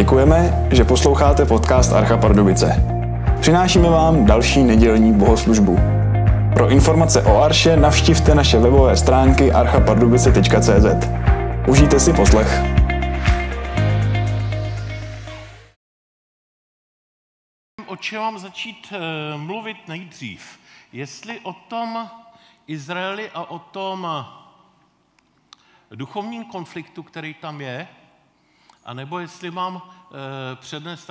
Děkujeme, že posloucháte podcast Archa Pardubice. Přinášíme vám další nedělní bohoslužbu. Pro informace o Arše navštivte naše webové stránky archapardubice.cz. Užijte si poslech. O čem mám začít mluvit nejdřív? Jestli o tom Izraeli a o tom duchovním konfliktu, který tam je, anebo jestli mám přednést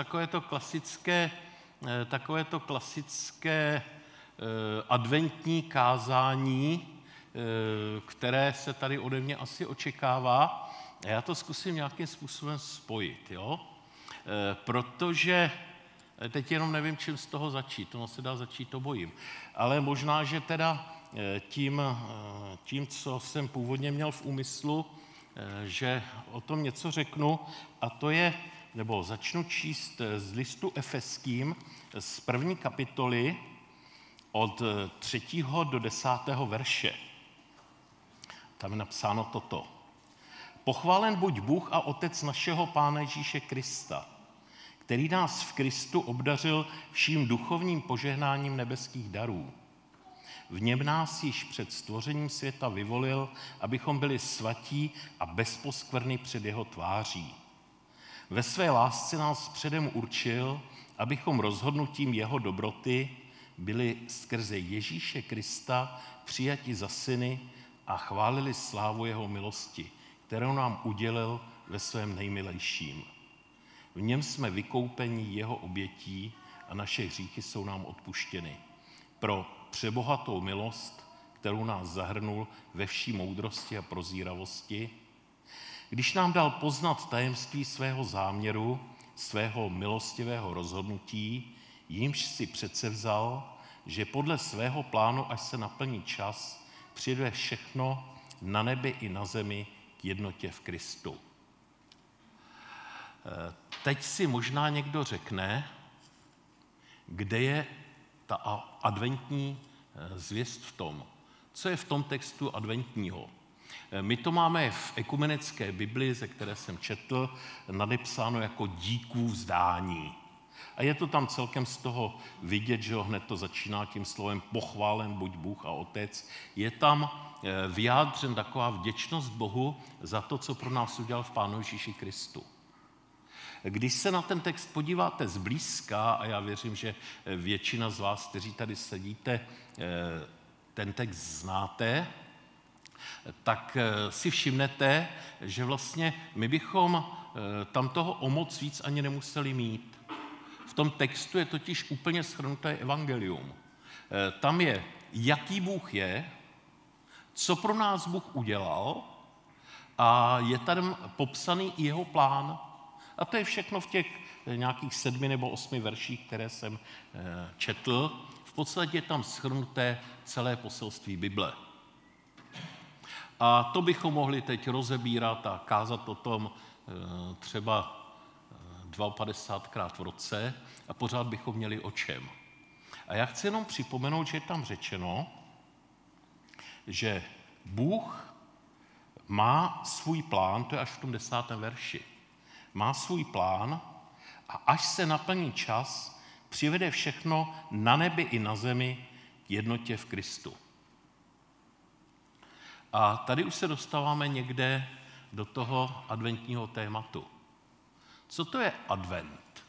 takovéto klasické adventní kázání, které se tady ode mě asi očekává. A já to zkusím nějakým způsobem spojit, jo? Protože teď jenom nevím, čím z toho začít. Ono se dá začít, to bojím. Ale možná, že teda tím, co jsem původně měl v úmyslu, že o tom něco řeknu, a to je, nebo začnu číst z listu Efeským z 1. kapitoly od 3. do 10. verše. Tam je napsáno toto. Pochválen buď Bůh a Otec našeho Pána Ježíše Krista, který nás v Kristu obdařil vším duchovním požehnáním nebeských darů. V něm nás již před stvořením světa vyvolil, abychom byli svatí a bezposkvrny před jeho tváří. Ve své lásce nás předem určil, abychom rozhodnutím jeho dobroty byli skrze Ježíše Krista přijati za syny a chválili slávu jeho milosti, kterou nám udělil ve svém nejmilejším. V něm jsme vykoupeni jeho obětí a naše hříchy jsou nám odpuštěny. Pro přebohatou milost, kterou nás zahrnul ve vší moudrosti a prozíravosti, když nám dal poznat tajemství svého záměru, svého milostivého rozhodnutí, jímž si předsevzal, že podle svého plánu, až se naplní čas, přijde všechno na nebi i na zemi k jednotě v Kristu. Teď si možná někdo řekne, kde je ta adventní zvěst v tom. Co je v tom textu adventního? My to máme v ekumenické Bibli, ze které jsem četl, nadepsáno jako díků vzdání. A je to tam celkem z toho vidět, že hned to začíná tím slovem pochválen buď Bůh a Otec. Je tam vyjádřen taková vděčnost Bohu za to, co pro nás udělal v Pánu Ježíši Kristu. Když se na ten text podíváte zblízka, a já věřím, že většina z vás, kteří tady sedíte, ten text znáte, tak si všimnete, že vlastně my bychom tam toho o moc víc ani nemuseli mít. V tom textu je totiž úplně shrnuté evangelium. Tam je, jaký Bůh je, co pro nás Bůh udělal a je tam popsaný i jeho plán. A to je všechno v těch nějakých 7 nebo 8 verších, které jsem četl. V podstatě je tam shrnuté celé poselství Bible. A to bychom mohli teď rozebírat a kázat o tom třeba 52krát v roce a pořád bychom měli o čem. A já chci jenom připomenout, že je tam řečeno, že Bůh má svůj plán, to je až v tom 10. verši, má svůj plán a až se naplní čas, přivede všechno na nebi i na zemi k jednotě v Kristu. A tady už se dostáváme někde do toho adventního tématu. Co to je advent?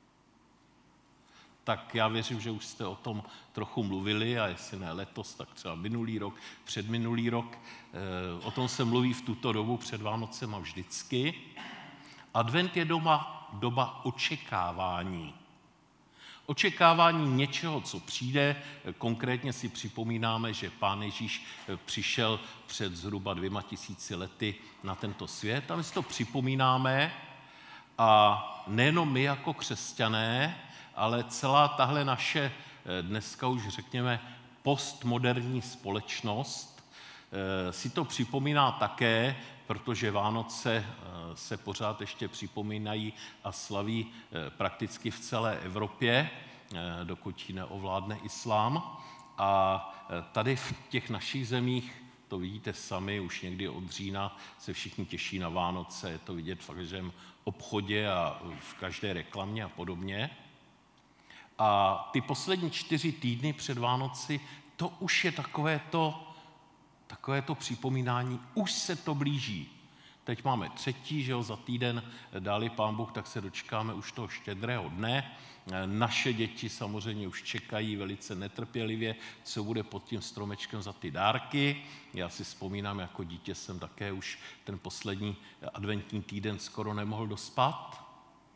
Tak já věřím, že už jste o tom trochu mluvili a jestli ne letos, tak třeba minulý rok, předminulý rok. O tom se mluví v tuto dobu před Vánocema vždycky. Advent je doba očekávání. Očekávání něčeho, co přijde. Konkrétně si připomínáme, že Pán Ježíš přišel před zhruba 2000 lety na tento svět a my si to připomínáme a nejenom my jako křesťané, ale celá tahle naše dneska už řekněme postmoderní společnost si to připomíná také, protože Vánoce se pořád ještě připomínají a slaví prakticky v celé Evropě, dokud ji neovládne islám. A tady v těch našich zemích to vidíte sami, už někdy od října se všichni těší na Vánoce, je to vidět v každém obchodě a v každé reklamě a podobně. A ty poslední 4 týdny před Vánoci, to už je takové to připomínání, už se to blíží. Teď máme 3., že jo, za týden dali Pán Bůh, tak se dočkáme už toho štědrého dne. Naše děti samozřejmě už čekají velice netrpělivě, co bude pod tím stromečkem za ty dárky. Já si vzpomínám, jako dítě jsem také už ten poslední adventní týden skoro nemohl dospat.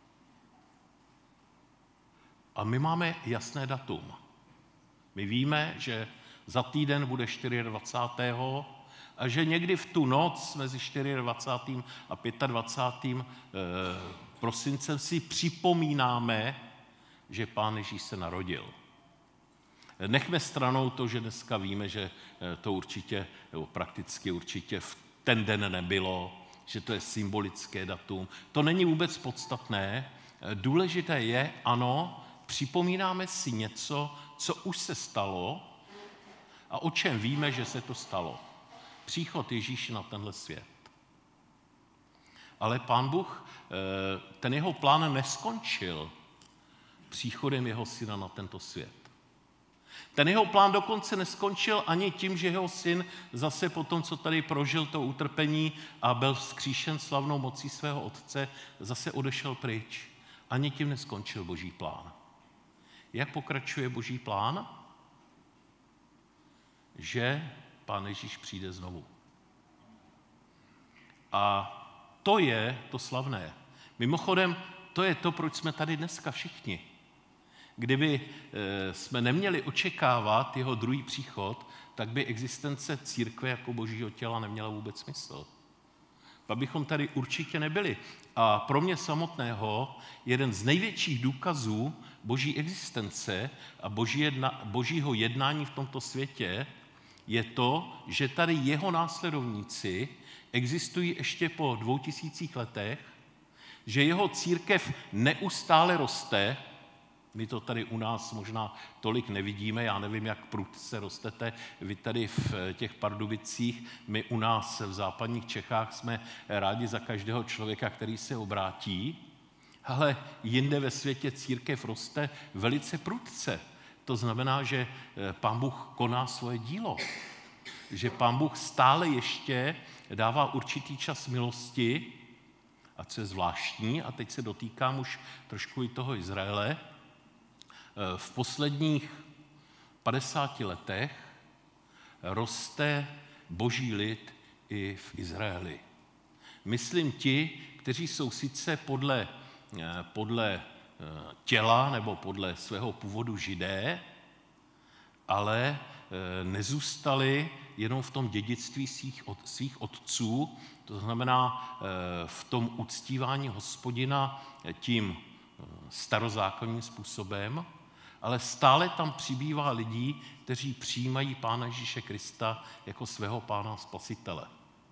A my máme jasné datum. My víme, že za týden bude 24. a že někdy v tu noc mezi 24. a 25. prosincem si připomínáme, že Pán Ježíš se narodil. Nechme stranou to, že dneska víme, že to určitě, nebo prakticky určitě v ten den nebylo, že to je symbolické datum. To není vůbec podstatné. Důležité je, ano, připomínáme si něco, co už se stalo a o čem víme, že se to stalo. Příchod Ježíše na tenhle svět. Ale Pán Bůh, ten jeho plán neskončil příchodem jeho syna na tento svět. Ten jeho plán dokonce neskončil ani tím, že jeho syn zase po tom, co tady prožil to utrpení a byl vzkříšen slavnou mocí svého otce, zase odešel pryč. Ani tím neskončil Boží plán. Jak pokračuje Boží plán? Že Pán Ježíš přijde znovu. A to je to slavné. Mimochodem, to je to, proč jsme tady dneska všichni. Kdyby jsme neměli očekávat jeho druhý příchod, tak by existence církve jako Božího těla neměla vůbec smysl. Pak bychom tady určitě nebyli. A pro mě samotného jeden z největších důkazů Boží existence a Božího jednání v tomto světě je to, že tady jeho následovníci existují ještě po 2000 letech, že jeho církev neustále roste. My to tady u nás možná tolik nevidíme, já nevím, jak prudce rostete vy tady v těch Pardubicích. My u nás v západních Čechách jsme rádi za každého člověka, který se obrátí, ale jinde ve světě církev roste velice prudce. To znamená, že Pán Bůh koná svoje dílo. Že Pán Bůh stále ještě dává určitý čas milosti, a co je zvláštní, a teď se dotýkám už trošku i toho Izraele, v posledních 50 letech roste Boží lid i v Izraeli. Myslím ti, kteří jsou sice podle těla nebo podle svého původu Židé, ale nezůstali jenom v tom dědictví svých otců, to znamená v tom uctívání Hospodina tím starozákonním způsobem, ale stále tam přibývá lidí, kteří přijímají Pána Ježíše Krista jako svého Pána a Spasitele.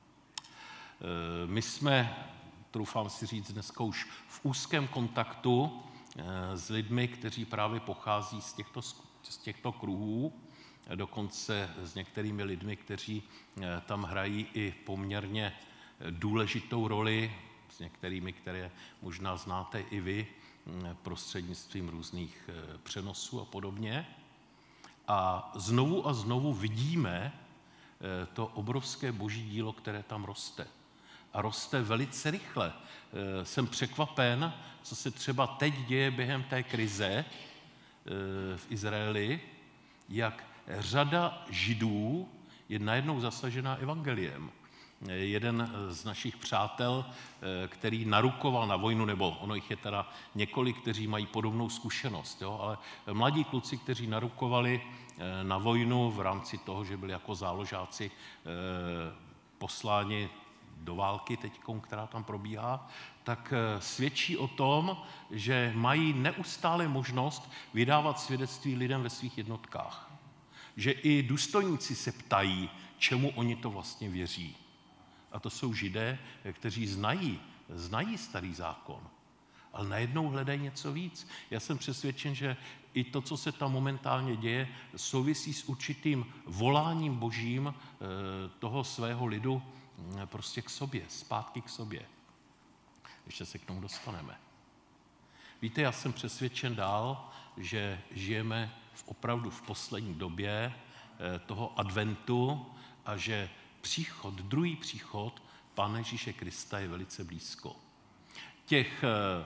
My jsme, troufám si říct, dneska už v úzkém kontaktu s lidmi, kteří právě pochází z těchto kruhů, dokonce s některými lidmi, kteří tam hrají i poměrně důležitou roli, s některými, které možná znáte i vy, prostřednictvím různých přenosů a podobně. A znovu vidíme to obrovské Boží dílo, které tam roste. A roste velice rychle. Jsem překvapen, co se třeba teď děje během té krize v Izraeli, jak řada Židů je najednou zasažená evangeliem. Jeden z našich přátel, který narukoval na vojnu, nebo ono jich je teda několik, kteří mají podobnou zkušenost, jo? Ale mladí kluci, kteří narukovali na vojnu v rámci toho, že byli jako záložáci posláni do války teďkom, která tam probíhá, tak svědčí o tom, že mají neustále možnost vydávat svědectví lidem ve svých jednotkách. Že i důstojníci se ptají, čemu oni to vlastně věří. A to jsou Židé, kteří znají Starý zákon. ale najednou hledají něco víc. Já jsem přesvědčen, že i to, co se tam momentálně děje, souvisí s určitým voláním božím toho svého lidu prostě k sobě, zpátky k sobě. Ještě se k tomu dostaneme. Víte, já jsem přesvědčen dál, že žijeme opravdu v poslední době toho adventu a že druhý příchod Pána Ježíše Krista je velice blízko. Těch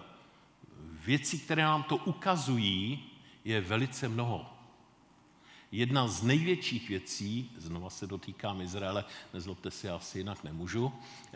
věcí, které nám to ukazují, je velice mnoho. Jedna z největších věcí, znova se dotýkám Izraele, nezlobte si, já asi jinak nemůžu,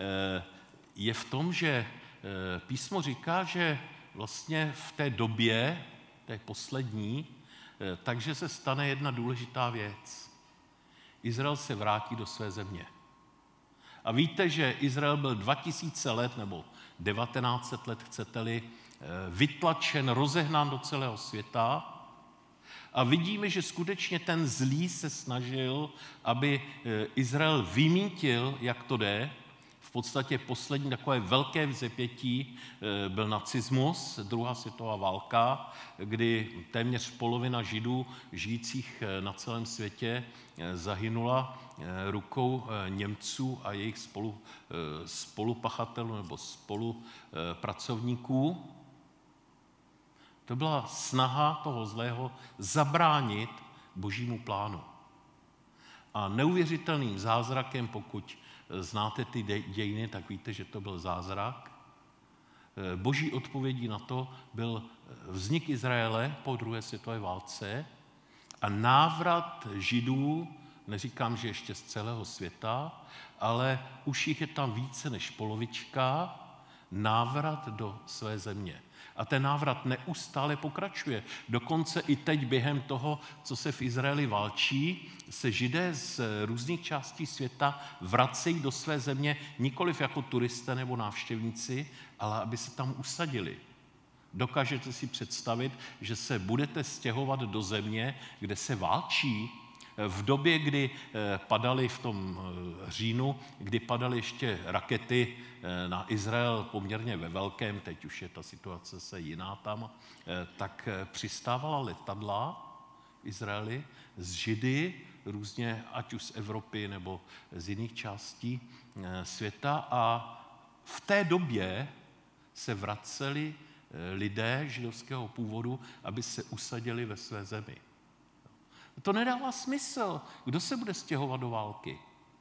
je v tom, že písmo říká, že vlastně v té době, té poslední, takže se stane jedna důležitá věc. Izrael se vrátí do své země. A víte, že Izrael byl 2000 let, nebo 1900 let, chcete-li, vytlačen, rozehnán do celého světa. A vidíme, že skutečně ten zlý se snažil, aby Izrael vymítil, jak to jde. V podstatě poslední takové velké vzepětí byl nacismus, druhá světová válka, kdy téměř polovina Židů žijících na celém světě zahynula rukou Němců a jejich spolupachatelů nebo spolupracovníků. To byla snaha toho zlého zabránit božímu plánu. A neuvěřitelným zázrakem, pokud znáte ty dějiny, tak víte, že to byl zázrak. Boží odpovědí na to byl vznik Izraele po druhé světové válce a návrat Židů, neříkám, že ještě z celého světa, ale už jich je tam více než polovička, návrat do své země. A ten návrat neustále pokračuje. Dokonce i teď během toho, co se v Izraeli válčí, se Židé z různých částí světa vracejí do své země nikoliv jako turisté nebo návštěvníci, ale aby se tam usadili. Dokážete si představit, že se budete stěhovat do země, kde se válčí? V době, kdy padaly v tom říjnu, kdy padaly ještě rakety na Izrael poměrně ve velkém, teď už je ta situace se jiná tam, tak přistávala letadla v Izraeli z Židy, různě ať už z Evropy nebo z jiných částí světa a v té době se vraceli lidé židovského původu, aby se usadili ve své zemi. To nedává smysl. Kdo se bude stěhovat do války?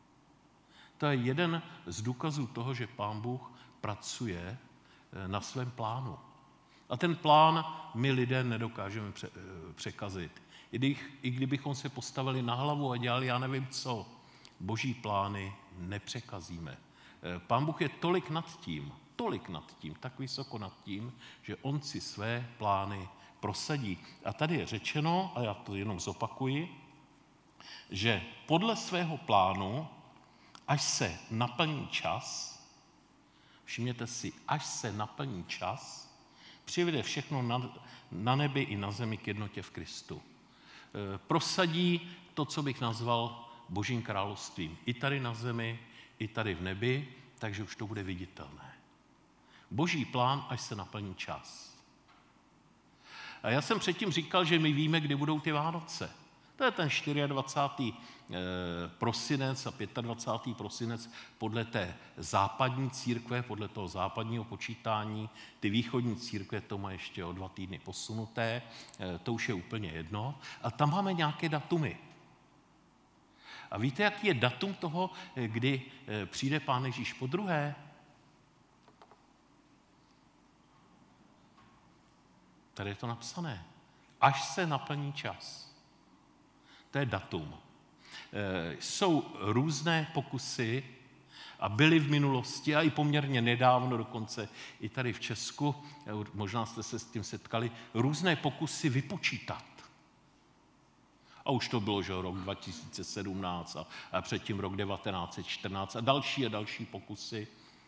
To je jeden z důkazů toho, že Pán Bůh pracuje na svém plánu. A ten plán my lidé nedokážeme překazit. I kdybychom se postavili na hlavu a dělali já nevím co, boží plány nepřekazíme. Pán Bůh je tolik nad tím, tak vysoko nad tím, že on si své plány prosadí. A tady je řečeno, a já to jenom zopakuji, že podle svého plánu, až se naplní čas, všimněte si, až se naplní čas, přivede všechno na nebi i na zemi k jednotě v Kristu. Prosadí to, co bych nazval Božím královstvím. I tady na zemi, i tady v nebi, takže už to bude viditelné. Boží plán, až se naplní čas. A já jsem předtím říkal, že my víme, kdy budou ty Vánoce. To je ten 24. prosinec a 25. prosinec podle té západní církve, podle toho západního počítání. Ty východní církve to má ještě o 2 týdny posunuté, to už je úplně jedno. A tam máme nějaké datumy. A víte, jaký je datum toho, kdy přijde Pán Ježíš podruhé? Tady je to napsané. Až se naplní čas. To je datum. Jsou různé pokusy a byly v minulosti a i poměrně nedávno, dokonce i tady v Česku, možná jste se s tím setkali, různé pokusy vypočítat. A už to bylo, že rok 2017 a předtím rok 1914 a další pokusy.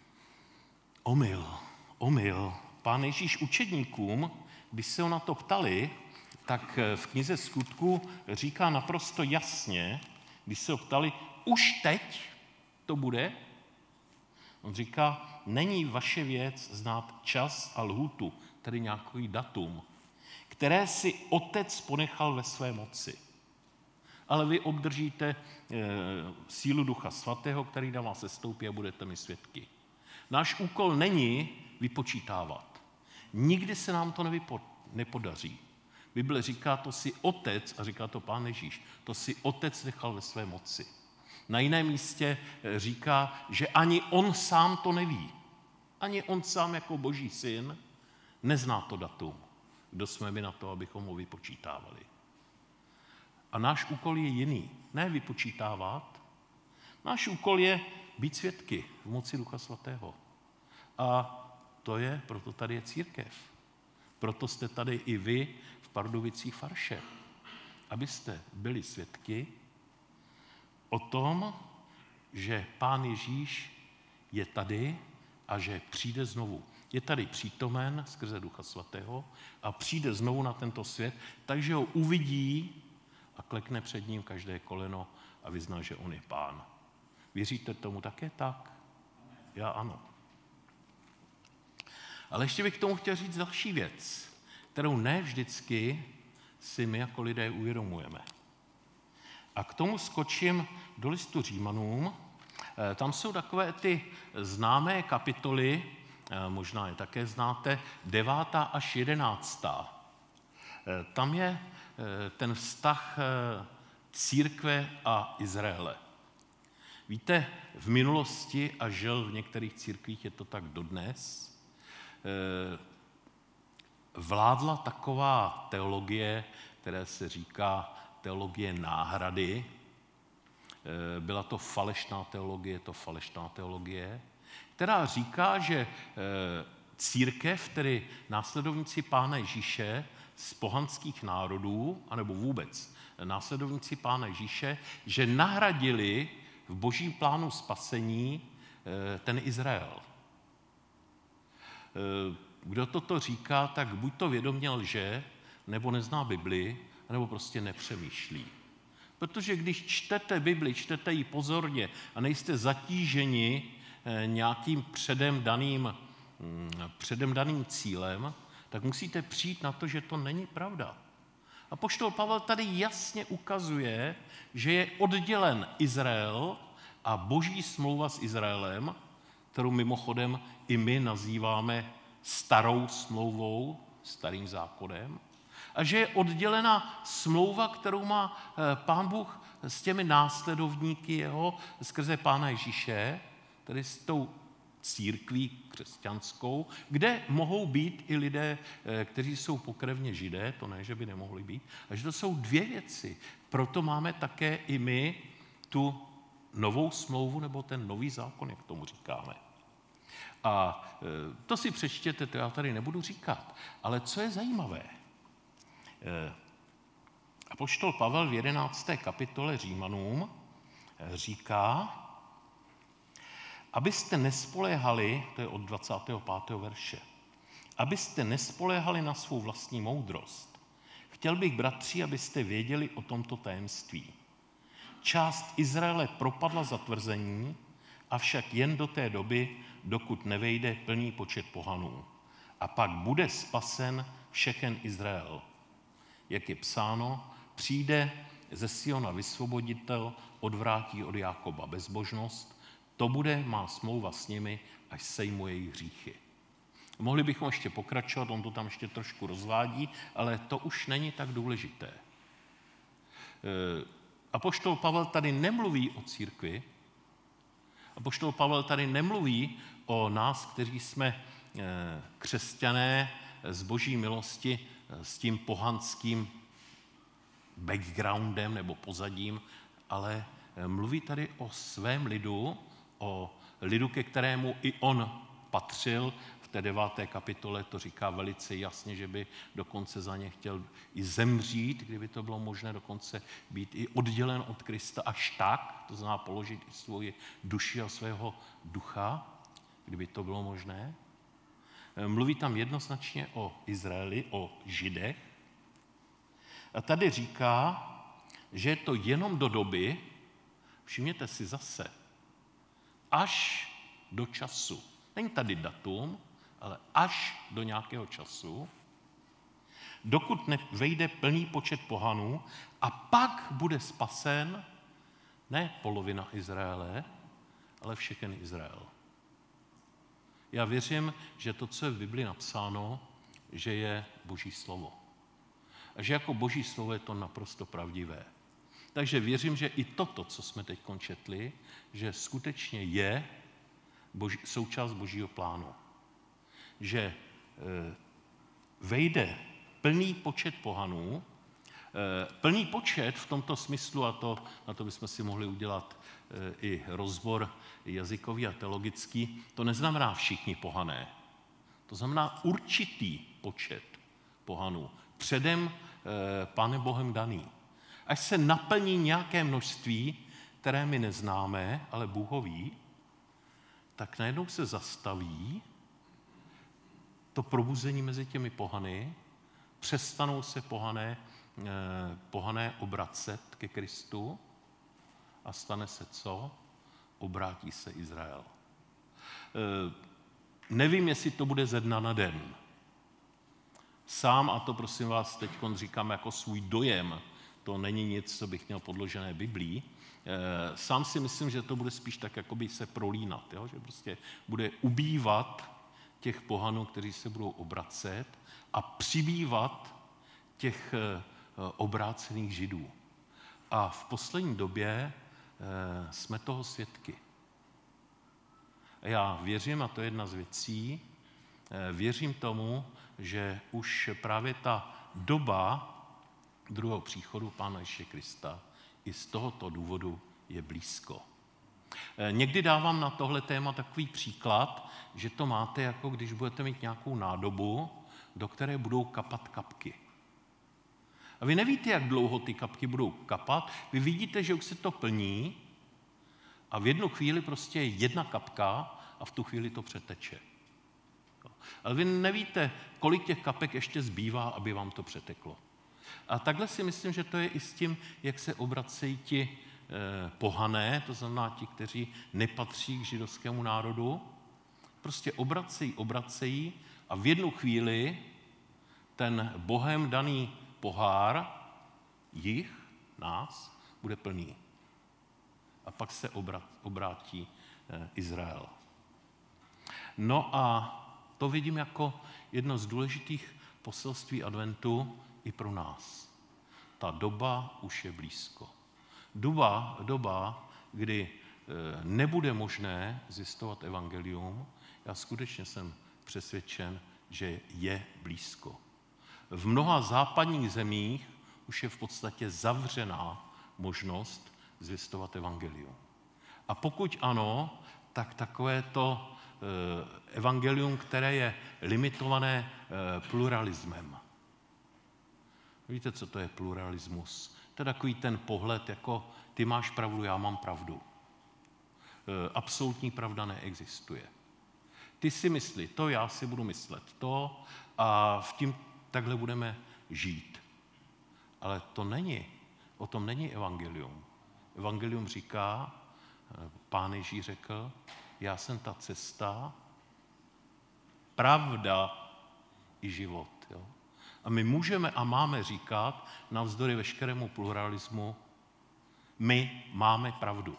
Omyl. Pán Ježíš učedníkům, když se ho na to ptali, tak v knize Skutků říká naprosto jasně, když se ho ptali, už teď to bude? On říká, není vaše věc znát čas a lhůtu tedy nějaký datum, které si Otec ponechal ve své moci. Ale vy obdržíte sílu Ducha Svatého, který na vás sestoupí a budete mi svědky. Náš úkol není vypočítávat. Nikdy se nám to nepodaří. Bible říká, to si Otec, a říká to Pán Ježíš, to si Otec nechal ve své moci. Na jiném místě říká, že ani on sám to neví. Ani on sám jako Boží syn nezná to datum. Kdo jsme my na to, abychom ho vypočítávali. A náš úkol je jiný. Ne vypočítávat. Náš úkol je být svědky v moci Ducha Svatého. A to je, proto tady je církev. Proto jste tady i vy v Pardubicích Farše. Abyste byli svědky o tom, že Pán Ježíš je tady a že přijde znovu. Je tady přítomen skrze Ducha Svatého a přijde znovu na tento svět, takže ho uvidí a klekne před ním každé koleno a vyzná, že on je Pán. Věříte tomu také tak? Já ano. Ale ještě bych k tomu chtěl říct další věc, kterou ne vždycky si my jako lidé uvědomujeme. A k tomu skočím do listu Římanům. Tam jsou takové ty známé kapitoly, možná je také znáte, 9. až 11. Tam je ten vztah církve a Izraele. Víte, v minulosti a žel v některých církvích je to tak dodnes, vládla taková teologie, které se říká teologie náhrady. Byla to falešná teologie, která říká, že církev, tedy následovníci Pána Ježíše z pohanských národů, anebo vůbec následovníci Pána Ježíše, že nahradili v božím plánu spasení ten Izrael. Kdo toto říká, tak buď to vědomě lže, nebo nezná Bibli, nebo prostě nepřemýšlí. Protože když čtete Bibli, čtete ji pozorně a nejste zatíženi nějakým předem daným cílem, tak musíte přijít na to, že to není pravda. Apoštol Pavel tady jasně ukazuje, že je oddělen Izrael a boží smlouva s Izraelem, kterou mimochodem i my nazýváme starou smlouvou, starým zákonem, a že je oddělena smlouva, kterou má Pán Bůh s těmi následovníky jeho skrze Pána Ježíše, tedy s tou církví křesťanskou, kde mohou být i lidé, kteří jsou pokrevně Židé, to ne, že by nemohli být, a že to jsou dvě věci. Proto máme také i my tu novou smlouvu, nebo ten nový zákon, jak tomu říkáme. A to si přečtěte, to já tady nebudu říkat. Ale co je zajímavé? Apoštol Pavel v 11. kapitole Římanům říká, abyste nespoléhali, to je od 25. verše, abyste nespoléhali na svou vlastní moudrost. Chtěl bych, bratři, abyste věděli o tomto tajemství. Část Izraele propadla zatvrzení, avšak jen do té doby, dokud nevejde plný počet pohanů. A pak bude spasen všechen Izrael. Jak je psáno, přijde ze Siona vysvoboditel, odvrátí od Jákoba bezbožnost, to bude má smlouva s nimi, až sejmu jejich hříchy. Mohli bychom ještě pokračovat, on to tam ještě trošku rozvádí, ale to už není tak důležité. Apoštol Pavel tady nemluví o církvi, apoštol Pavel tady nemluví o nás, kteří jsme křesťané z boží milosti s tím pohanským backgroundem nebo pozadím, ale mluví tady o svém lidu, o lidu, ke kterému i on patřil. V té 9. kapitole to říká velice jasně, že by dokonce za ně chtěl i zemřít, kdyby to bylo možné, dokonce být i oddělen od Krista až tak, to znamená položit i svoji duši a svého ducha, kdyby to bylo možné. Mluví tam jednoznačně o Izraeli, o Židech. A tady říká, že je to jenom do doby, všimněte si zase, až do času. Není tady datum, ale až do nějakého času, dokud vejde plný počet pohanů a pak bude spasen ne polovina Izraele, ale všechen Izrael. Já věřím, že to, co je v Biblii napsáno, že je Boží slovo. A že jako Boží slovo je to naprosto pravdivé. Takže věřím, že i toto, co jsme teď četli, že skutečně je součást Božího plánu. Že vejde plný počet pohanů, plný počet v tomto smyslu, a na to bychom si mohli udělat i rozbor jazykový a teologický, to neznamená všichni pohané. To znamená určitý počet pohanů, předem Pánem Bohem daný. Až se naplní nějaké množství, které my neznáme, ale Bůh ho ví, tak najednou se zastaví to probuzení mezi těmi pohany, přestanou se pohané obracet ke Kristu a stane se co? Obrátí se Izrael. Nevím, jestli to bude ze dna na den. Sám, a to prosím vás teď říkám jako svůj dojem, to není nic, co bych měl podložené Biblí, sám si myslím, že to bude spíš tak jakoby se prolínat, jo? Že prostě bude ubývat těch pohanů, kteří se budou obracet a přibývat těch obrácených Židů. A v poslední době jsme toho svědky. Já věřím, a to je jedna z věcí, věřím tomu, že už právě ta doba druhého příchodu Pána Ježíše Krista i z tohoto důvodu je blízko. Někdy dávám na tohle téma takový příklad, že to máte jako když budete mít nějakou nádobu, do které budou kapat kapky. A vy nevíte, jak dlouho ty kapky budou kapat, vy vidíte, že už se to plní a v jednu chvíli prostě je jedna kapka a v tu chvíli to přeteče. Ale vy nevíte, kolik těch kapek ještě zbývá, aby vám to přeteklo. A takhle si myslím, že to je i s tím, jak se obracejí ti pohané, to znamená ti, kteří nepatří k židovskému národu, prostě obracejí a v jednu chvíli ten Bohem daný pohár nás bude plný. A pak se obrátí Izrael. No a to vidím jako jedno z důležitých poselství adventu i pro nás. Ta doba už je blízko. Doba, kdy nebude možné zjistovat evangelium, já skutečně jsem přesvědčen, že je blízko. V mnoha západních zemích už je v podstatě zavřená možnost zvěstovat evangelium. A pokud ano, tak takové to evangelium, které je limitované pluralismem. Víte, co to je pluralismus? To je takový ten pohled, jako ty máš pravdu, já mám pravdu. Absolutní pravda neexistuje. Ty si myslí to, já si budu myslet to a v tím takhle budeme žít. Ale o tom není evangelium. Evangelium říká, Pán Ježíš řekl, já jsem ta cesta, pravda i život. Jo? A my můžeme a máme říkat, navzdory veškerému pluralismu, my máme pravdu.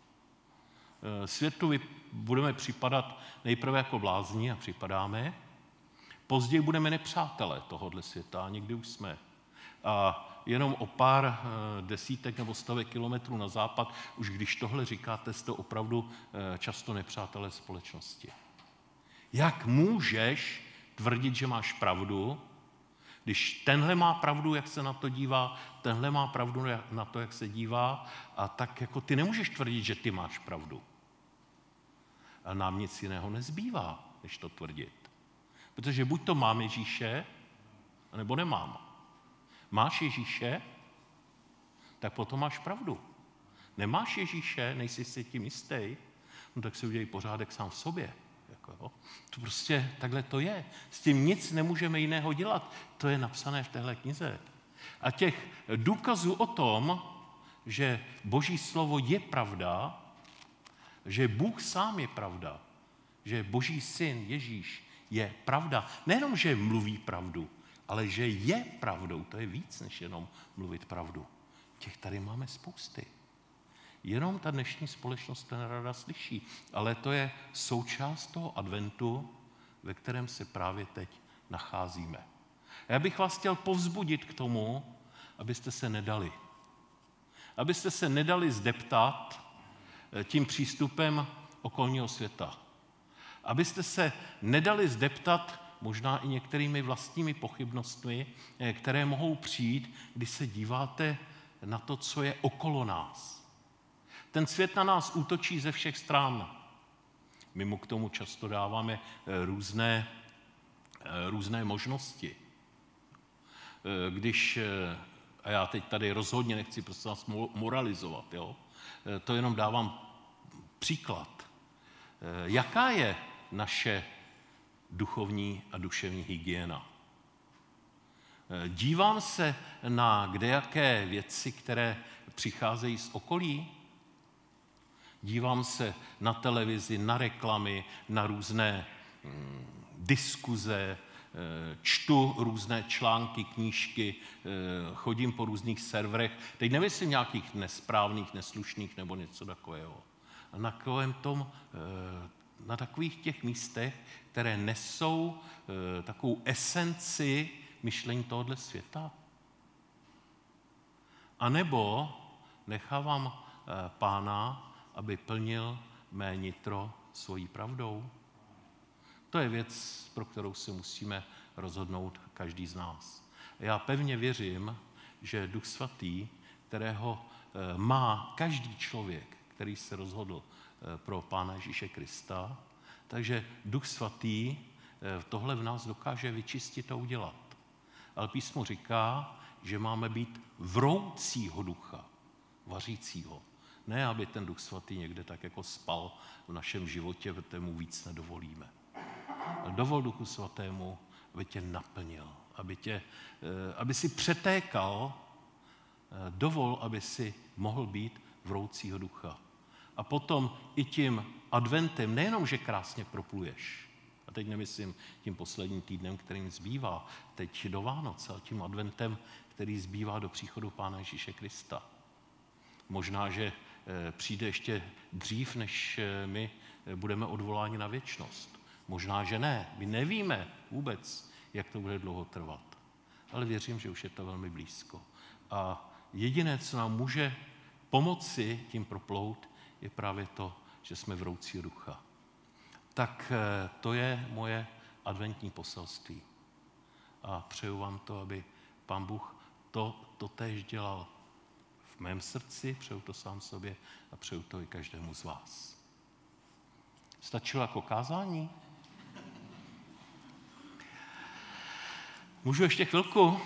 Světu budeme připadat nejprve jako blázni a připadáme, později budeme nepřátelé tohohle světa, a někdy už jsme. A jenom o pár desítek nebo stovek kilometrů na západ, už když tohle říkáte, jste opravdu často nepřátelé společnosti. Jak můžeš tvrdit, že máš pravdu, když tenhle má pravdu, jak se na to dívá, tenhle má pravdu na to, jak se dívá, a tak jako ty nemůžeš tvrdit, že ty máš pravdu. A nám nic jiného nezbývá, než to tvrdit. Protože buď to mám Ježíše, nebo nemám. Máš Ježíše, tak potom máš pravdu. Nemáš Ježíše, nejsi si tím jistý, no tak si udělej pořádek sám v sobě. Jako, to prostě takhle to je. S tím nic nemůžeme jiného dělat. To je napsané v téhle knize. A těch důkazů o tom, že Boží slovo je pravda, že Bůh sám je pravda, že Boží syn Ježíš je pravda. Nejenom, že mluví pravdu, ale že je pravdou. To je víc, než jenom mluvit pravdu. Těch tady máme spousty. Jenom ta dnešní společnost to nerada slyší. Ale to je součást toho adventu, ve kterém se právě teď nacházíme. Já bych vás chtěl povzbudit k tomu, abyste se nedali. Abyste se nedali zdeptat tím přístupem okolního světa. Abyste se nedali zdeptat možná i některými vlastními pochybnostmi, které mohou přijít, když se díváte na to, co je okolo nás. Ten svět na nás útočí ze všech stran. My mu k tomu často dáváme různé možnosti. A já teď tady rozhodně nechci prostě vás moralizovat, jo? To jenom dávám příklad. Jaká je naše duchovní a duševní hygiena? Dívám se na kdejaké věci, které přicházejí z okolí? Dívám se na televizi, na reklamy, na různé diskuze, čtu různé články, knížky, chodím po různých serverech. Teď nemyslím nějakých nesprávných, neslušných nebo něco takového. A na takových těch místech, které nesou takovou esenci myšlení tohoto světa. A nebo nechávám Pána, aby plnil mé nitro svojí pravdou. To je věc, pro kterou se musíme rozhodnout každý z nás. Já pevně věřím, že Duch Svatý, kterého má každý člověk, který se rozhodl pro Pána Ježíše Krista, takže Duch Svatý tohle v nás dokáže vyčistit a udělat. Ale písmo říká, že máme být vroucího ducha, vařícího. Ne, aby ten Duch Svatý někde tak jako spal v našem životě, protože mu víc nedovolíme. Dovol Duchu Svatému, aby tě naplnil, aby si přetékal, dovol, aby si mohl být vroucího ducha. A potom i tím adventem nejenom, že krásně propluješ, a teď nemyslím tím posledním týdnem, kterým zbývá, teď do Vánoc, ale tím adventem, který zbývá do příchodu Pána Ježíše Krista. Možná, že přijde ještě dřív, než my budeme odvoláni na věčnost. Možná, že ne. My nevíme vůbec, jak to bude dlouho trvat. Ale věřím, že už je to velmi blízko. A jediné, co nám může pomoci tím proplout, je právě to, že jsme vroucí ducha. Tak to je moje adventní poselství. A přeju vám to, aby Pán Bůh to též dělal v mém srdci, přeju to sám sobě a přeju to i každému z vás. Stačilo jako kázání? Můžu ještě chvilku?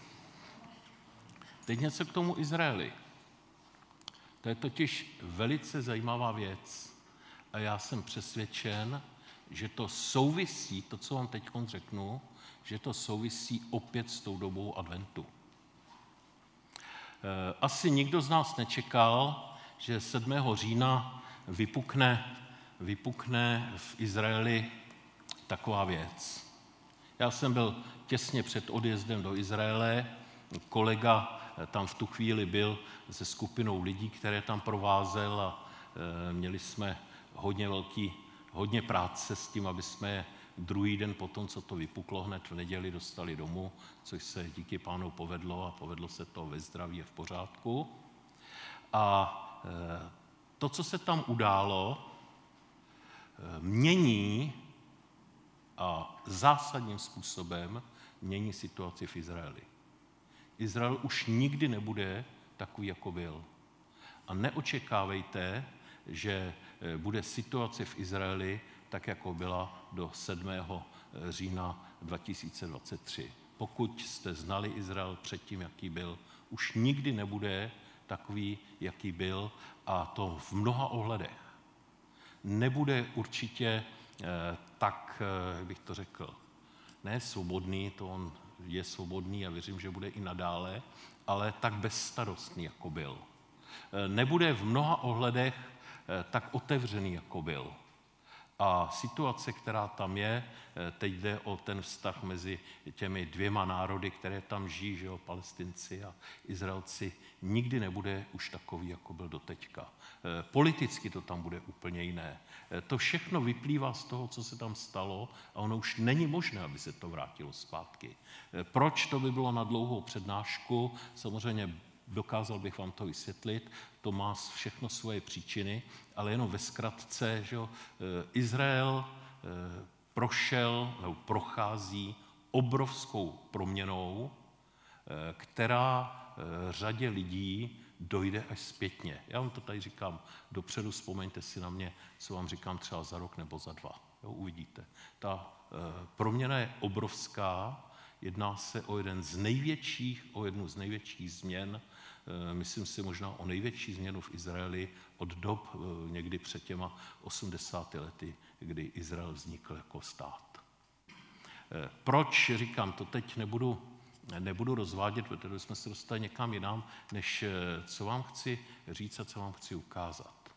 Teď něco k tomu Izraeli. To je totiž velice zajímavá věc a já jsem přesvědčen, že to souvisí, to, co vám teď řeknu, že to souvisí opět s tou dobou adventu. Asi nikdo z nás nečekal, že 7. října vypukne v Izraeli taková věc. Já jsem byl těsně před odjezdem do Izraele, kolega tam v tu chvíli byl se skupinou lidí, které tam provázel a měli jsme hodně práce s tím, aby jsme druhý den potom, co to vypuklo hned v neděli, dostali domů, což se díky Pánu povedlo a povedlo se to ve zdraví a v pořádku. A to, co se tam událo, mění a zásadním způsobem mění situaci v Izraeli. Izrael už nikdy nebude takový, jako byl. A neočekávejte, že bude situace v Izraeli tak, jako byla do 7. října 2023. Pokud jste znali Izrael předtím, jaký byl, už nikdy nebude takový, jaký byl, a to v mnoha ohledech. Nebude určitě tak, jak bych to řekl, ne svobodný, to on je svobodný a věřím, že bude i nadále, ale tak bezstarostný, jako byl. Nebude v mnoha ohledech tak otevřený, jako byl. A situace, která tam je, teď jde o ten vztah mezi těmi dvěma národy, které tam žijí, že jo, Palestinci a Izraelci, nikdy nebude už takový, jako byl doteďka. Politicky to tam bude úplně jiné. To všechno vyplývá z toho, co se tam stalo a ono už není možné, aby se to vrátilo zpátky. Proč, to by bylo na dlouhou přednášku, samozřejmě dokázal bych vám to vysvětlit, to má všechno svoje příčiny, ale jenom ve zkratce, že Izrael prošel nebo prochází obrovskou proměnou, která řadě lidí dojde až zpětně. Já vám to tady říkám dopředu, vzpomeňte si na mě, co vám říkám třeba za rok nebo za 2. Jo, uvidíte. Ta proměna je obrovská, jedná se o jednu z největších změn, myslím si možná o největší změnu v Izraeli od dob někdy před těma 80 lety, kdy Izrael vznikl jako stát. Proč, říkám, to teď nebudu rozvádět, protože jsme se dostali někam jinam, než co vám chci říct a co vám chci ukázat.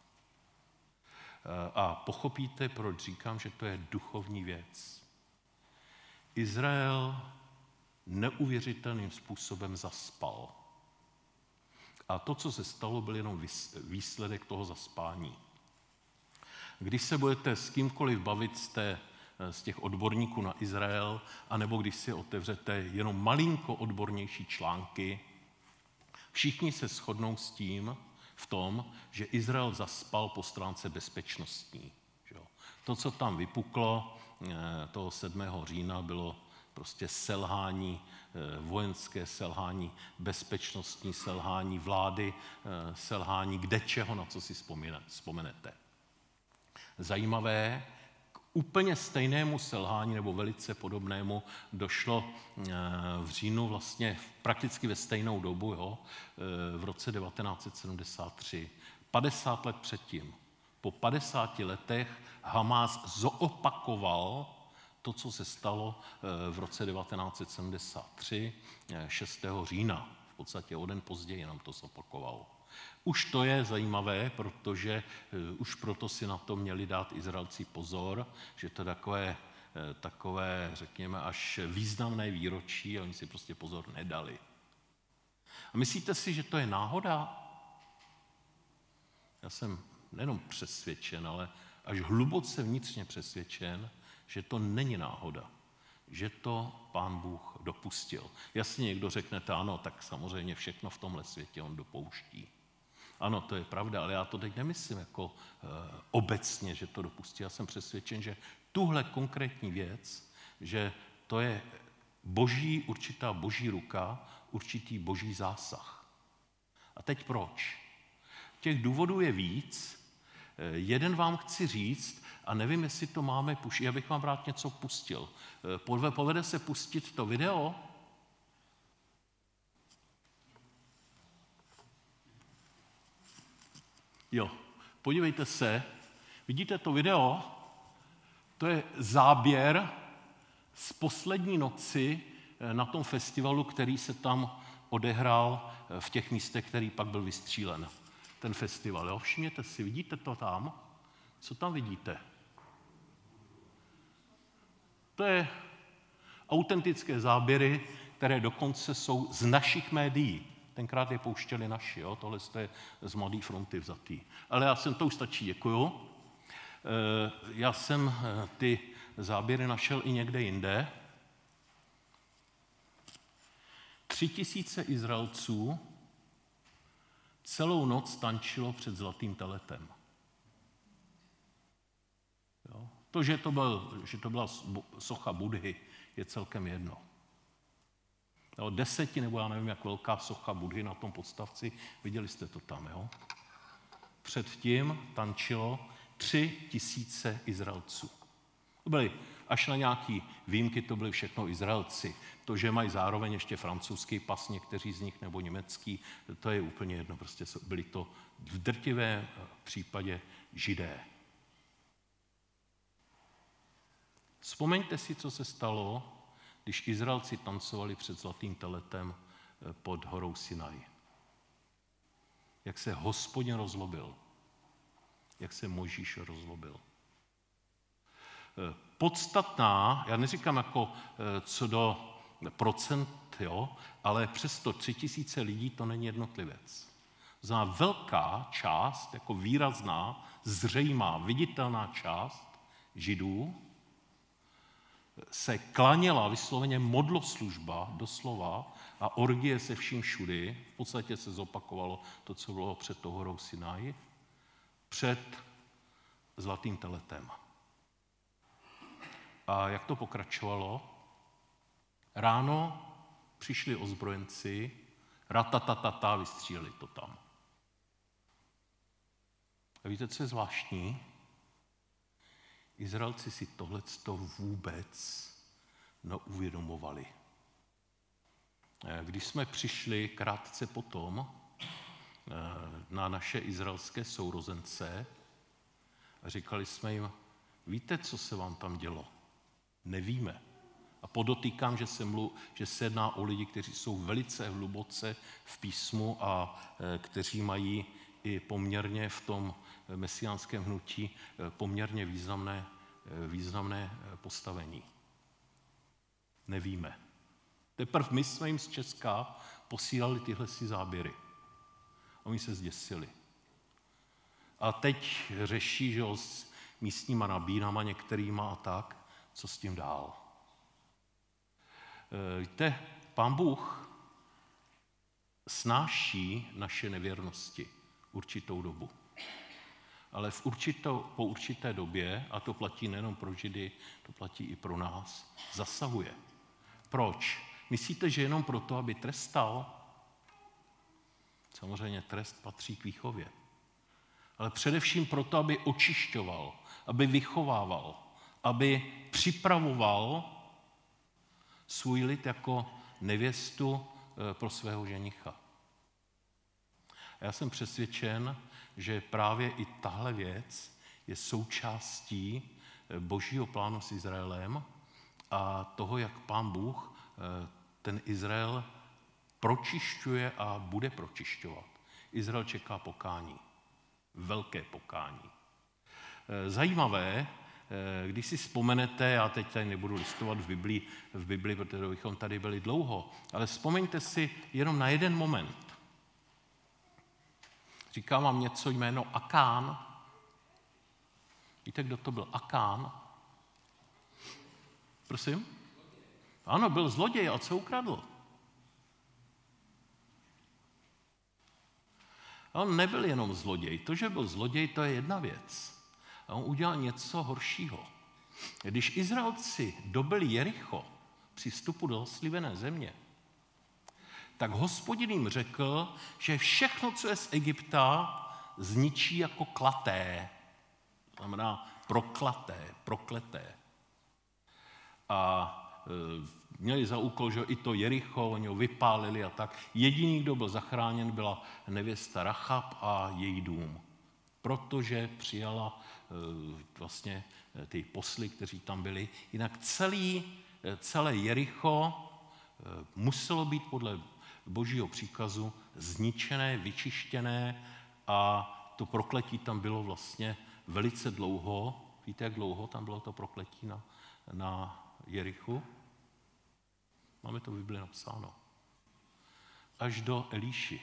A pochopíte, proč říkám, že to je duchovní věc. Izrael neuvěřitelným způsobem zaspal. A to, co se stalo, byl jenom výsledek toho zaspání. Když se budete s kýmkoliv bavit z těch odborníků na Izrael, anebo když si otevřete jenom malinko odbornější články, všichni se shodnou v tom, že Izrael zaspal po stránce bezpečnostní. To, co tam vypuklo toho 7. října, bylo prostě selhání, vojenské selhání, bezpečnostní selhání vlády, selhání kdečeho, na co si vzpomenete. Zajímavé, k úplně stejnému selhání nebo velice podobnému došlo v říjnu vlastně prakticky ve stejnou dobu, v roce 1973, 50 let předtím. Po 50 letech Hamás zopakoval to, co se stalo v roce 1973, 6. října. V podstatě o den později nám to zopakovalo. Už to je zajímavé, protože už proto si na to měli dát Izraelci pozor, že to takové, řekněme, až významné výročí a oni si prostě pozor nedali. A myslíte si, že to je náhoda? Já jsem nejenom přesvědčen, ale až hluboce vnitřně přesvědčen, že to není náhoda, že to Pán Bůh dopustil. Jasně někdo řeknete, ano, tak samozřejmě všechno v tomhle světě on dopouští. Ano, to je pravda, ale já to teď nemyslím jako obecně, že to dopustí. Já jsem přesvědčen, že tuhle konkrétní věc, že to je určitá boží ruka, určitý boží zásah. A teď proč? Těch důvodů je víc. Jeden vám chci říct, a nevím, jestli to máme pustit. Já bych vám rád něco pustil. Povede se pustit to video? Jo, podívejte se. Vidíte to video? To je záběr z poslední noci na tom festivalu, který se tam odehrál v těch místech, který pak byl vystřílen. Ten festival, jo? Všimněte si, vidíte to tam? Co tam vidíte? To je autentické záběry, které dokonce jsou z našich médií. Tenkrát je pouštěli naši, jo? Tohle je z Mladé fronty vzatý. Ale to už stačí, děkuju. Já jsem ty záběry našel i někde jinde. 3000 Izraelců celou noc tančilo před zlatým teletem. Jo? To, že to byla socha Budhy, je celkem jedno. Jo, 10 nebo já nevím, jak velká socha Budhy na tom podstavci, viděli jste to tam, jo? Předtím tančilo 3000 Izraelců. To byly až na nějaký výjimky, to byly všechno Izraelci. To, že mají zároveň ještě francouzský pas, někteří z nich, nebo německý, to je úplně jedno. Prostě byli to v drtivém případě Židé. Vzpomeňte si, co se stalo, když Izraelci tancovali před zlatým teletem pod horou Sinaj. Jak se Hospodin rozlobil. Jak se Mojžíš rozlobil. Podstatná, já neříkám jako co do procent, jo, ale přesto 3000 lidí to není jednotlivec. Za velká část, jako výrazná, zřejmá, viditelná část Židů se klaněla vysloveně modloslužba, doslova, a orgie se vším všudy. V podstatě se zopakovalo to, co bylo před tou horou Sinaj, před zlatým teletem. A jak to pokračovalo? Ráno přišli ozbrojenci, ratatatata, vystříleli to tam. A víte, co je zvláštní? Izraelci si tohleto vůbec neuvědomovali. Když jsme přišli krátce potom na naše izraelské sourozence a říkali jsme jim, víte, co se vám tam dělo? Nevíme. A podotýkám, že se jedná o lidi, kteří jsou velice hluboce v písmu a kteří mají i poměrně v tom mesiánském hnutí poměrně významné postavení. Nevíme. Teprve my jsme jim z Česka posílali tyhle záběry. Oni se zděsili. A teď řeší, že s místníma nabínama některýma a tak, co s tím dál. Víte, Pán Bůh snáší naše nevěrnosti určitou dobu. Ale po určité době, a to platí nejenom pro Židy, to platí i pro nás, zasahuje. Proč? Myslíte, že jenom proto, aby trestal? Samozřejmě trest patří k výchově. Ale především proto, aby očišťoval, aby vychovával, aby připravoval svůj lid jako nevěstu pro svého ženicha. A já jsem přesvědčen, že právě i tahle věc je součástí Božího plánu s Izraelem a toho, jak Pán Bůh ten Izrael pročišťuje a bude pročišťovat. Izrael čeká pokání. Velké pokání. Zajímavé, když si vzpomenete, já teď tady nebudu listovat v Bibli, protože bychom tady byli dlouho, ale vzpomeňte si jenom na jeden moment. Říkám vám něco jméno Akán. Víte, kdo to byl Akán? Prosím? Ano, byl zloděj, a co ukradl? A on nebyl jenom zloděj. To, že byl zloděj, to je jedna věc. A on udělal něco horšího. Když Izraelci dobyli Jericho při vstupu do zaslíbené země, tak Hospodin jim řekl, že všechno, co je z Egypta, zničí jako klaté. To znamená prokleté. A měli za úkol, že i to Jericho, oni ho vypálili a tak. Jediný, kdo byl zachráněn, byla nevěsta Rachab a její dům. Protože přijala vlastně ty posly, kteří tam byli. Jinak celé Jericho muselo být podle Božího příkazu zničené, vyčištěné a to prokletí tam bylo vlastně velice dlouho. Víte, jak dlouho tam bylo to prokletí na Jerichu? Máme to v Bibli napsáno. Až do Elíši.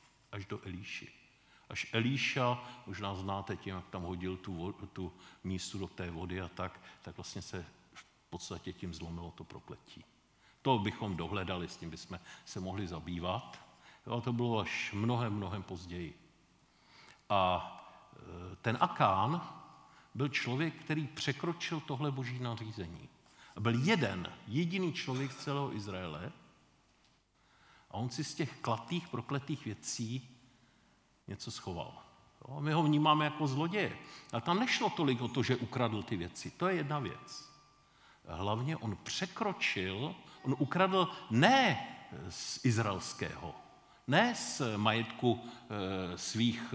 Až Elíša, možná znáte tím, jak tam hodil tu místu do té vody a tak vlastně se v podstatě tím zlomilo to prokletí. To bychom dohledali, s tím bychom se mohli zabývat. Ale to bylo až mnohem později. A ten Akán byl člověk, který překročil tohle boží nařízení. A byl jediný člověk z celého Izraele a on si z těch prokletých věcí něco schoval. My ho vnímáme jako zloděje. Ale tam nešlo tolik o to, že ukradl ty věci. To je jedna věc. Hlavně on ukradl ne z izraelského, ne z majetku svých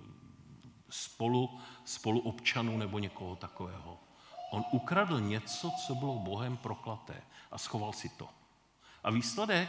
spoluobčanů nebo někoho takového. On ukradl něco, co bylo Bohem proklaté a schoval si to. A výsledek?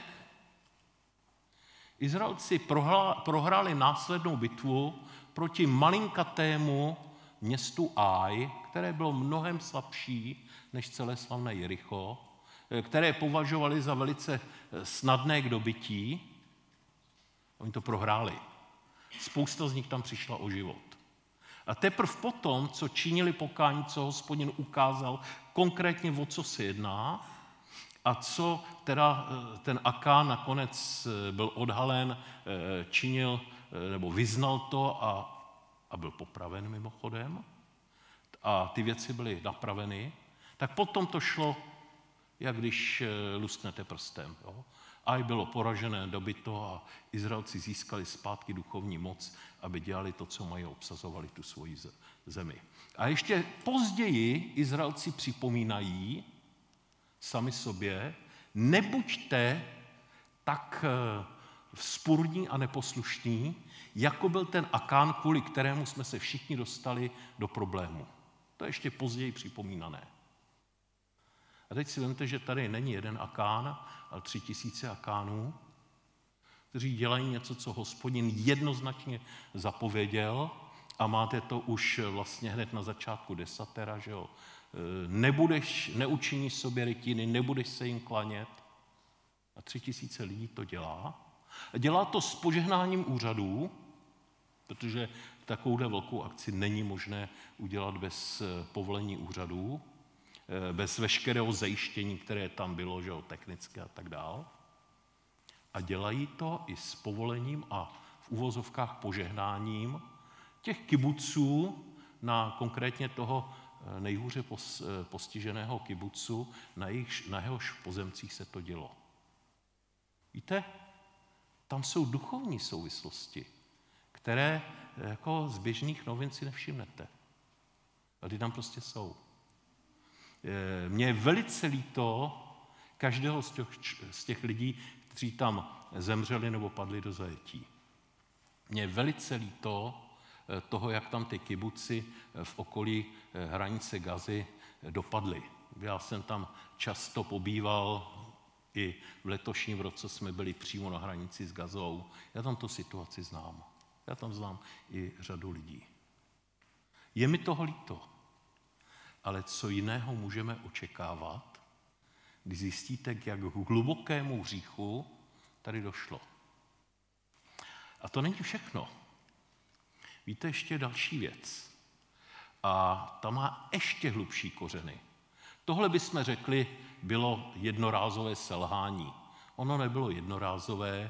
Izraelci prohráli následnou bitvu proti malinkatému městu Aj, které bylo mnohem slabší než celé slavné Jericho, které považovali za velice snadné k dobytí. Oni to prohráli. Spousta z nich tam přišla o život. A teprve potom, co činili pokání, co Hospodin ukázal konkrétně, o co se jedná, a co teda ten Akán nakonec byl odhalen, činil nebo vyznal to a byl popraven mimochodem, a ty věci byly napraveny, tak potom to šlo, jak když lusknete prstem. Jo? Aj bylo poražené, dobyto a Izraelci získali zpátky duchovní moc, aby dělali to, co mají, obsazovali tu svoji zemi. A ještě později Izraelci připomínají sami sobě, nebuďte tak vzpurní a neposlušní, jako byl ten Akán, kvůli kterému jsme se všichni dostali do problému. To je ještě později připomínané. A teď si vemte, že tady není jeden Akán, ale 3000 Akánů, kteří dělají něco, co Hospodin jednoznačně zapověděl, a máte to už vlastně hned na začátku desatera, že jo. Neučiníš sobě rytiny, nebudeš se jim klanět. A 3000 lidí to dělá. A dělá to s požehnáním úřadů, protože takovouhle velkou akci není možné udělat bez povolení úřadů, bez veškerého zajištění, které tam bylo, že jo, technické a tak dál. A dělají to i s povolením a v uvozovkách požehnáním těch kibuců, na konkrétně toho nejhůře postiženého kibucu, na jehož pozemcích se to dělo. Víte, tam jsou duchovní souvislosti, které jako z běžných novin si nevšimnete. Ale ty tam prostě jsou. Mně je velice líto každého z těch lidí, kteří tam zemřeli nebo padli do zajetí. Mně je velice líto toho, jak tam ty kibuci v okolí hranice Gazy dopadly. Já jsem tam často pobýval, i v letošním roce jsme byli přímo na hranici s Gazou. Já tam tu situaci znám. Já tam znám i řadu lidí. Je mi toho líto. Ale co jiného můžeme očekávat, když zjistíte, k jak hlubokému hříchu tady došlo. A to není všechno. Víte, ještě další věc. A ta má ještě hlubší kořeny. Tohle bychom řekli, bylo jednorázové selhání. Ono nebylo jednorázové,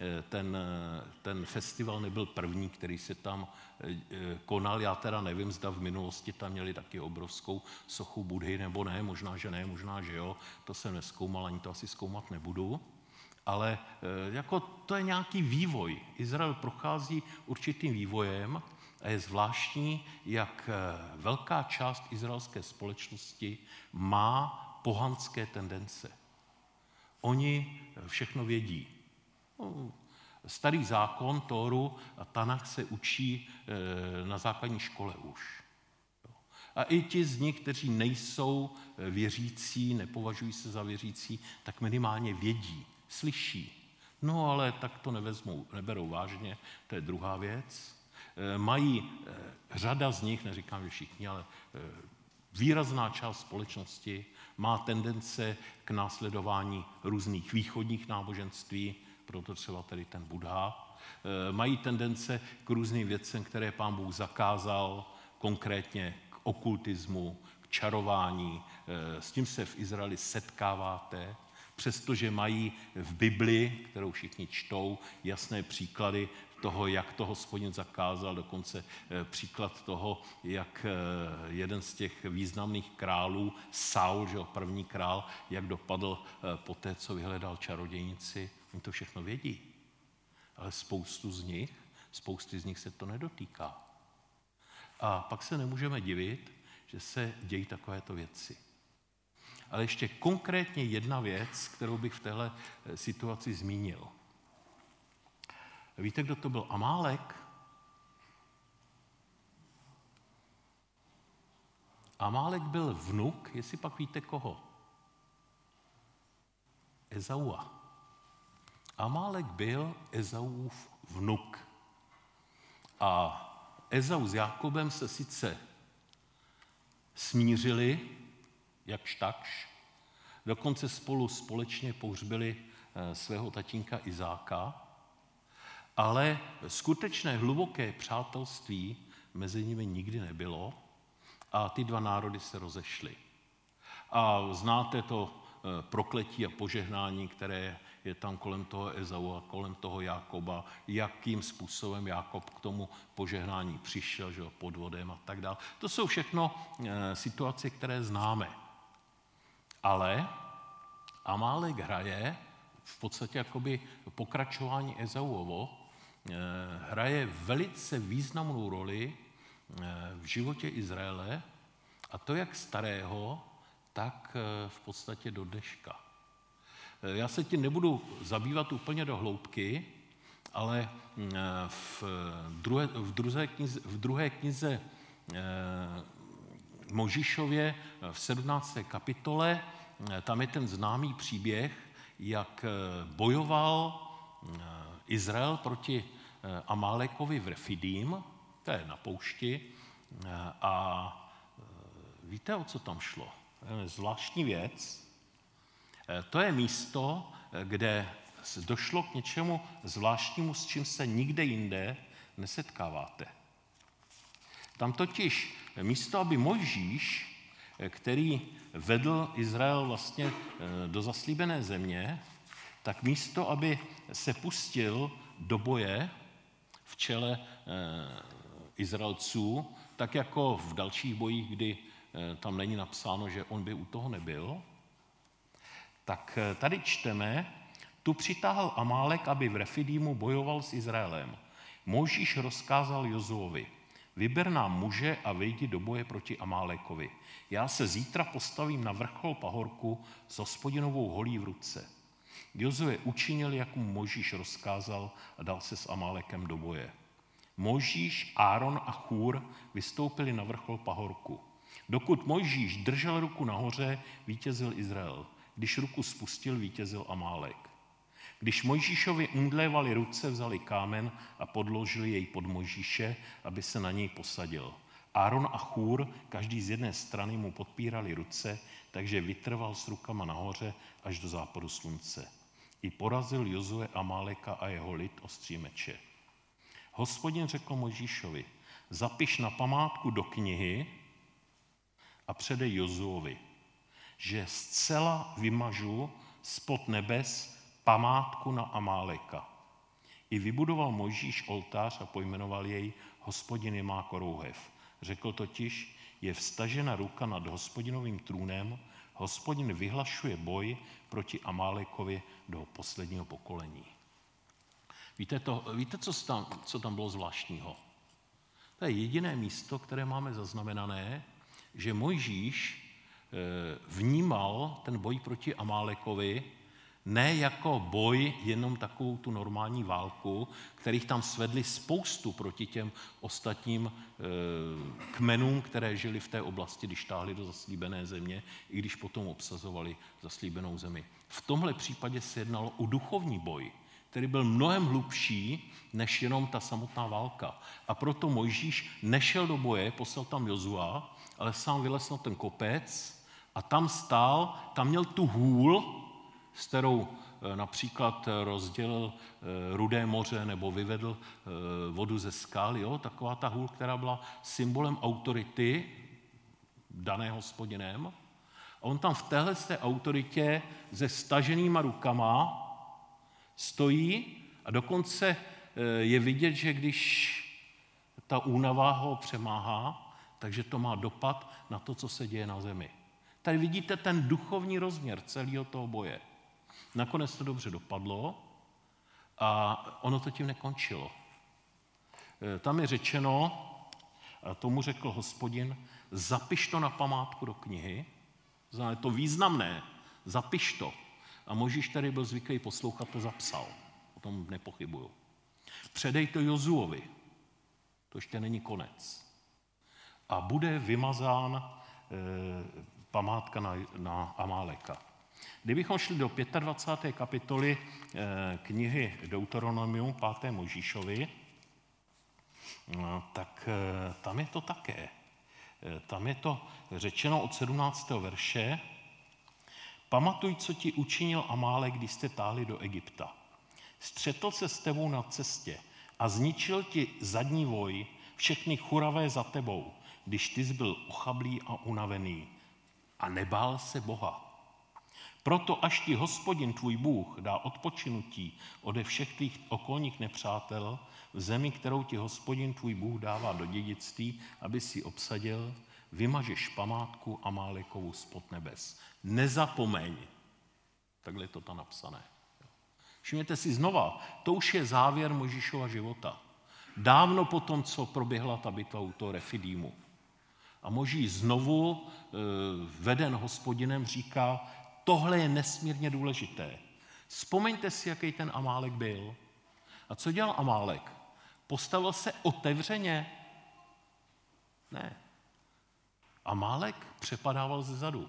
ten festival nebyl první, který se tam konal. Já teda nevím, zda v minulosti tam měli taky obrovskou sochu Budhy, nebo ne, možná, že jo. To jsem nezkoumal, ani to asi zkoumat nebudu. Ale jako to je nějaký vývoj. Izrael prochází určitým vývojem a je zvláštní, jak velká část izraelské společnosti má pohanské tendence. Oni všechno vědí. Starý zákon, Tóru a Tanach se učí na základní škole už. A i ti z nich, kteří nejsou věřící, nepovažují se za věřící, tak minimálně vědí, slyší. No ale tak to neberou vážně, to je druhá věc. Mají řada z nich, neříkám, že všichni, ale výrazná část společnosti má tendence k následování různých východních náboženství, proto třeba tady ten Buddha. Mají tendence k různým věcem, které Pán Bůh zakázal, konkrétně k okultismu, k čarování. S tím se v Izraeli setkáváte, přestože mají v Bibli, kterou všichni čtou, jasné příklady toho, jak to Hospodin zakázal, dokonce příklad toho, jak jeden z těch významných králů, Saul, že jo, první král, jak dopadl po té, co vyhledal čarodějnici. Oni to všechno vědí. Ale spousty z nich se to nedotýká. A pak se nemůžeme divit, že se dějí takovéto věci. Ale ještě konkrétně jedna věc, kterou bych v téhle situaci zmínil. Víte, kdo to byl Amálek? Amálek byl vnuk, jestli pak víte koho? Ezaua. Amálek byl Ezauův vnuk. A Ezau s Jákobem se sice smířili, jakž takž, dokonce společně pohřbili svého tatínka Izáka, ale skutečné hluboké přátelství mezi nimi nikdy nebylo a ty dva národy se rozešly. A znáte to prokletí a požehnání, které je tam kolem toho Ezau a kolem toho Jákoba, jakým způsobem Jákob k tomu požehnání přišel, že podvodem a tak dále. To jsou všechno situace, které známe. Ale Amálek hraje v podstatě jakoby pokračování Ezauovo, hraje velice významnou roli v životě Izraele, a to jak starého, tak v podstatě do dneška. Já se tím nebudu zabývat úplně do hloubky, ale v druhé knize Mojžíšově v 17. kapitole, tam je ten známý příběh, jak bojoval Izrael proti Amálekovi v Refidim, to je na poušti, a víte, o co tam šlo? Zvláštní věc. To je místo, kde došlo k něčemu zvláštnímu, s čím se nikde jinde nesetkáváte. Tam totiž místo, aby Mojžíš, který vedl Izrael vlastně do zaslíbené země, tak místo, aby se pustil do boje v čele Izraelců, tak jako v dalších bojích, kdy tam není napsáno, že on by u toho nebyl, tak tady čteme, tu přitáhl Amálek, aby v Refidimu bojoval s Izraelem. Mojžíš rozkázal Jozuovi, vyber nám muže a vejdi do boje proti Amálekovi. Já se zítra postavím na vrchol pahorku s Hospodinovou holí v ruce. Jozue učinil, jak mu Mojžíš rozkázal, a dal se s Amálekem do boje. Mojžíš, Áron a Chúr vystoupili na vrchol pahorku. Dokud Mojžíš držel ruku nahoře, vítězil Izrael. Když ruku spustil, vítězil Amálek. Když Mojžíšovi umdlévaly ruce, vzali kámen a podložili jej pod Mojžíše, aby se na něj posadil. Áron a Chúr, každý z jedné strany, mu podpírali ruce, takže vytrval s rukama nahoře až do západu slunce. I porazil Jozue Amáleka a jeho lid ostří meče. Hospodin řekl Mojžíšovi, zapiš na památku do knihy a předej Jozuovi, že zcela vymažu spod nebes památku na Amáleka. I vybudoval Mojžíš oltář a pojmenoval jej Hospodin je má korouhev. Řekl totiž, je vstažena ruka nad Hospodinovým trůnem, Hospodin vyhlašuje boj proti Amálekovi do posledního pokolení. Víte, co tam bylo zvláštního? To je jediné místo, které máme zaznamenané, že Mojžíš vnímal ten boj proti Amálekovi ne jako boj, jenom takovou tu normální válku, kterých tam svedli spoustu proti těm ostatním kmenům, které žili v té oblasti, když táhli do zaslíbené země, i když potom obsazovali zaslíbenou zemi. V tomhle případě se jednalo o duchovní boj, který byl mnohem hlubší, než jenom ta samotná válka. A proto Mojžíš nešel do boje, poslal tam Jozua, ale sám vylez na ten kopec a tam stál, tam měl tu hůl, s kterou například rozdělil Rudé moře nebo vyvedl vodu ze skal, jo? Taková ta hůl, která byla symbolem autority dané Hospodinem. A on tam v téhle autoritě se staženýma rukama stojí a dokonce je vidět, že když ta únava ho přemáhá, takže to má dopad na to, co se děje na zemi. Tady vidíte ten duchovní rozměr celého toho boje. Nakonec to dobře dopadlo a ono to tím nekončilo. Tam je řečeno, a tomu řekl Hospodin, zapiš to na památku do knihy, znamená to významné, zapiš to. A Mojžíš, který byl zvyklý poslouchat, to zapsal. O tom nepochybuju. Předej to Jozuovi. To ještě není konec. A bude vymazán památka na Amáleka. Kdybychom šli do 25. kapitoly knihy Deuteronomium 5. Mojžíšovi, tak tam je to také. Tam je to řečeno od 17. verše. Pamatuj, co ti učinil Amálek, když jste táhli do Egypta. Střetl se s tebou na cestě a zničil ti zadní voj, všechny churavé za tebou, když ty jsi byl ochablý a unavený a nebál se Boha. Proto až ti Hospodin tvůj Bůh dá odpočinutí ode všech tvých okolních nepřátel v zemi, kterou ti Hospodin tvůj Bůh dává do dědictví, aby si obsadil, vymažeš památku Amálekovu spod nebes. Nezapomeň. Takhle je to tam napsané. Všimněte si znova, to už je závěr Mojžíšova života. Dávno po tom, co proběhla ta bitva u toho Refidímu. A Mojžíš znovu, veden Hospodinem, říká, tohle je nesmírně důležité. Vzpomeňte si, jaký ten Amálek byl. A co dělal Amálek? Postavil se otevřeně? Ne. Amálek přepadával ze zadu.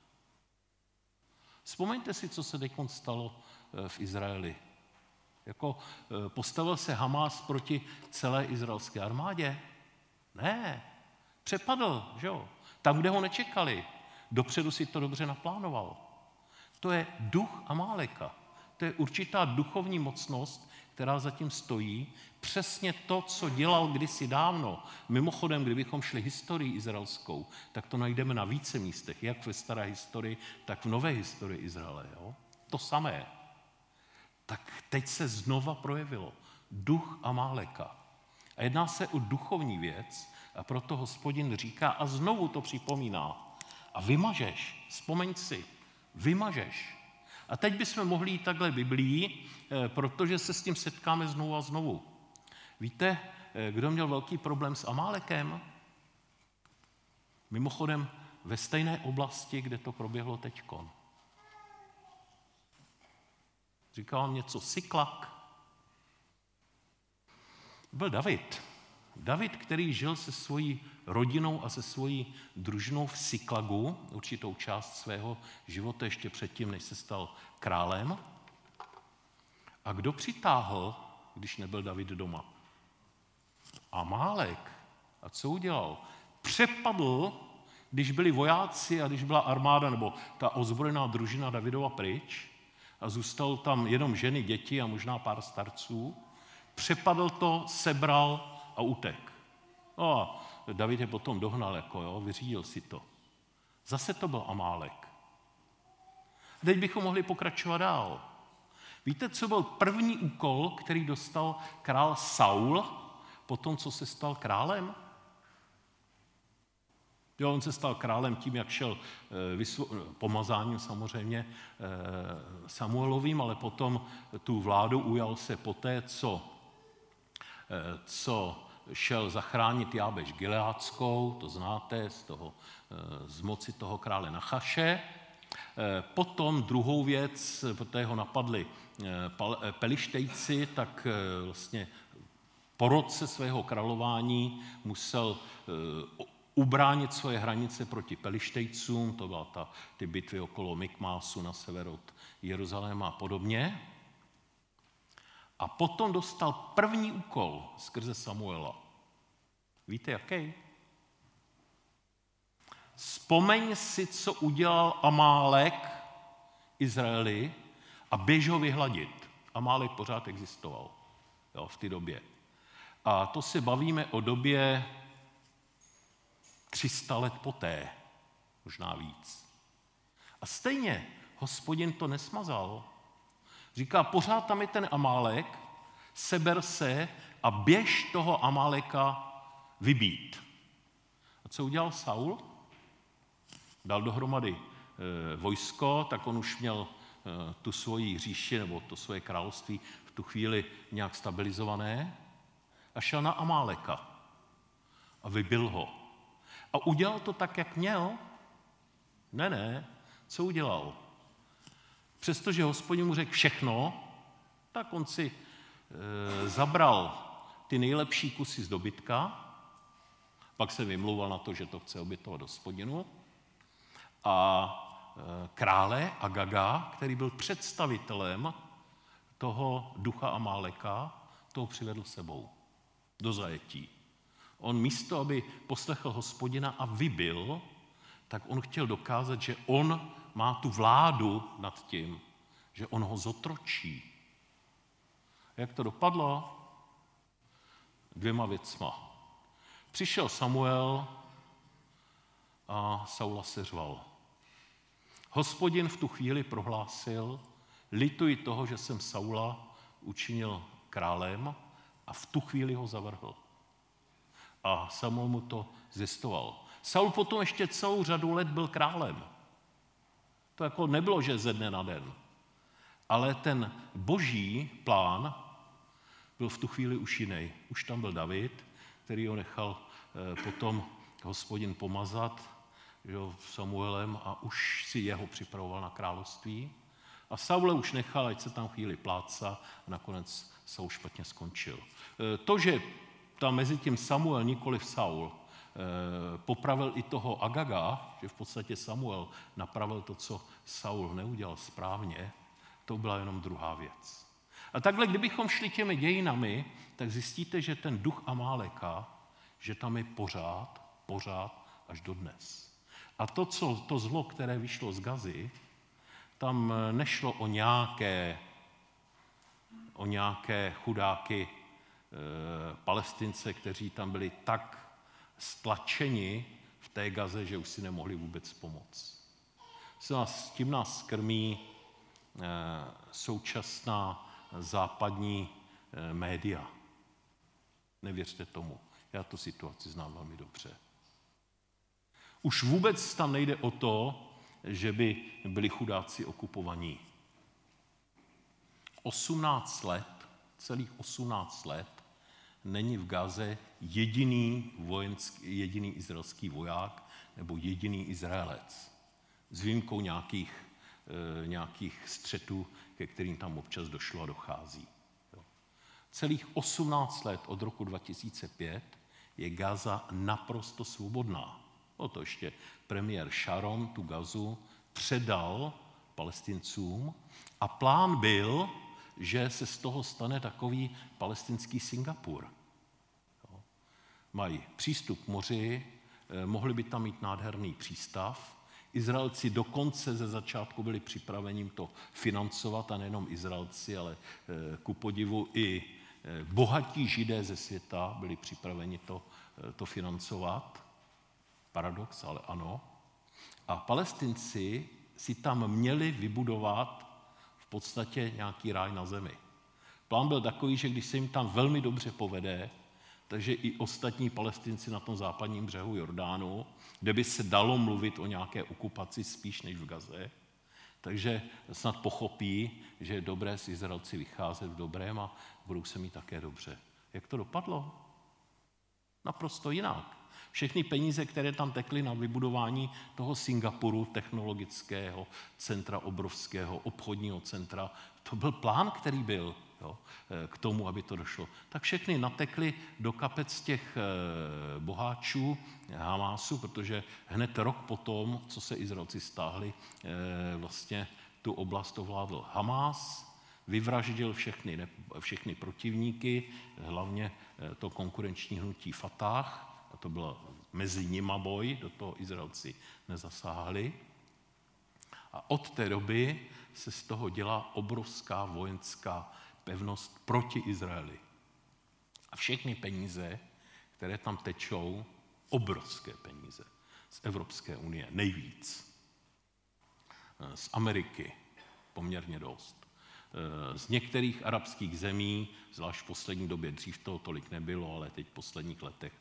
Vzpomeňte si, co se teď stalo v Izraeli. Postavil se Hamás proti celé izraelské armádě? Ne. Přepadl, že jo? Tam, kde ho nečekali. Dopředu si to dobře naplánoval. To je duch Amáleka. To je určitá duchovní mocnost, která zatím stojí. Přesně to, co dělal kdysi dávno. Mimochodem, kdybychom šli historii izraelskou, tak to najdeme na více místech, jak ve staré historii, tak v nové historii Izraele. Jo? To samé. Tak teď se znova projevilo. Duch Amáleka. A jedná se o duchovní věc a proto Hospodin říká a znovu to připomíná. A vymažeš, vzpomeň si, vymažeš. A teď bychom mohli jít takhle Biblií, protože se s tím setkáme znovu a znovu. Víte, kdo měl velký problém s Amálekem? Mimochodem ve stejné oblasti, kde to proběhlo teďkon. Říkal vám něco Siklak? Byl David. David, který žil se svojí rodinou a se svojí družinou v Siklagu, určitou část svého života ještě předtím, než se stal králem. A kdo přitáhl, když nebyl David doma? Amálek. A co udělal? Přepadl, když byli vojáci a když byla armáda nebo ta ozbrojená družina Davidova pryč a zůstal tam jenom ženy, děti a možná pár starců. Přepadl to, sebral a utek. No a David je potom dohnal, vyřídil si to. Zase to byl Amálek. A teď bychom mohli pokračovat dál. Víte, co byl první úkol, který dostal král Saul po tom, co se stal králem? Jo, on se stal králem tím, jak šel pomazáním samozřejmě Samuelovým, ale potom tu vládu ujal se poté, co šel zachránit Jábeš Gileádskou, to znáte, z moci toho krále Nachaše. Potom druhou věc, protože ho napadli Pelištejci, tak vlastně po roce svého králování musel ubránit svoje hranice proti Pelištejcům, to byla ty bitvy okolo Mikmásu na sever od Jeruzaléma a podobně. A potom dostal první úkol skrze Samuela. Víte, jaký? Vzpomeň si, co udělal Amálek Izraeli a běž ho vyhladit. Amálek pořád existoval v té době. A to se bavíme o době 300 let poté, možná víc. A stejně Hospodin to nesmazal. Říká, pořád tam je ten Amálek, seber se a běž toho Amáleka vybít. A co udělal Saul? Dal dohromady vojsko, tak on už měl tu svoji říši nebo to svoje království v tu chvíli nějak stabilizované a šel na Amáleka a vybil ho. A udělal to tak, jak měl? Ne. Co udělal? Přestože Hospodin mu řekl všechno, tak on si zabral ty nejlepší kusy z dobytka, pak se vymlouval na to, že to chce obětovat Hospodinu, a krále Agaga, který byl představitelem toho ducha Amáleka, toho přivedl sebou do zajetí. On místo, aby poslechl Hospodina a vybil, tak on chtěl dokázat, že on má tu vládu nad tím, že on ho zotročí. Jak to dopadlo? 2 věcma. Přišel Samuel a Saula seřval. Hospodin v tu chvíli prohlásil, lituji toho, že jsem Saula učinil králem, a v tu chvíli ho zavrhl. A Samuel mu to zjistoval. Saul potom ještě celou řadu let byl králem. To jako nebylo, že ze dne na den. Ale ten boží plán byl v tu chvíli už jiný. Už tam byl David, který ho nechal potom Hospodin pomazat, Samuelem, a už si jeho připravoval na království. A Saule už nechal, ať se tam chvíli pláca, a nakonec Saul špatně skončil. To, že tam mezi tím Samuel, nikoliv Saul, popravil i toho Agaga, že v podstatě Samuel napravil to, co Saul neudělal správně, to byla jenom druhá věc. A takhle, kdybychom šli těmi dějinami, tak zjistíte, že ten duch Amáleka, že tam je pořád až dodnes. A to zlo, které vyšlo z Gazy, tam nešlo o nějaké chudáky Palestince, kteří tam byli tak stlačeni v té Gaze, že už si nemohli vůbec pomoct. S tím nás krmí současná západní média. Nevěřte tomu. Já tu situaci znám velmi dobře. Už vůbec tam nejde o to, že by byli chudáci okupovaní. 18 let není v Gaze jediný izraelský voják nebo jediný Izraelec. S výjimkou nějakých střetů, ke kterým tam občas došlo a dochází. Celých 18 let od roku 2005 je Gaza naprosto svobodná. To ještě premiér Sharon tu Gazu předal Palestincům a plán byl, že se z toho stane takový palestinský Singapur. Mají přístup k moři, mohli by tam mít nádherný přístav. Izraelci dokonce ze začátku byli připraveni to financovat, a nejenom Izraelci, ale ku podivu i bohatí Židé ze světa byli připraveni to financovat. Paradox, ale ano. A Palestinci si tam měli vybudovat v podstatě nějaký ráj na zemi. Plán byl takový, že když se jim tam velmi dobře povede, takže i ostatní Palestinci na tom západním břehu Jordánu, kde by se dalo mluvit o nějaké okupaci spíš než v Gaze, takže snad pochopí, že je dobré s Izraelci vycházet v dobrém a budou se mít také dobře. Jak to dopadlo? Naprosto jinak. Všechny peníze, které tam tekly na vybudování toho Singapuru, technologického centra, obrovského obchodního centra, to byl plán, který byl k tomu, aby to došlo. Tak všechny natekly do kapec těch boháčů Hamásu, protože hned rok potom, co se Izraelci stáhli, vlastně tu oblast ovládl Hamás, vyvraždil všechny protivníky, hlavně to konkurenční hnutí Fatah, a to byl mezi nima boj, do toho Izraelci nezasáhli. A od té doby se z toho dělá obrovská vojenská pevnost proti Izraeli. A všechny peníze, které tam tečou, obrovské peníze z Evropské unie, nejvíc. Z Ameriky poměrně dost. Z některých arabských zemí, zvlášť v poslední době, dřív toho tolik nebylo, ale teď v posledních letech,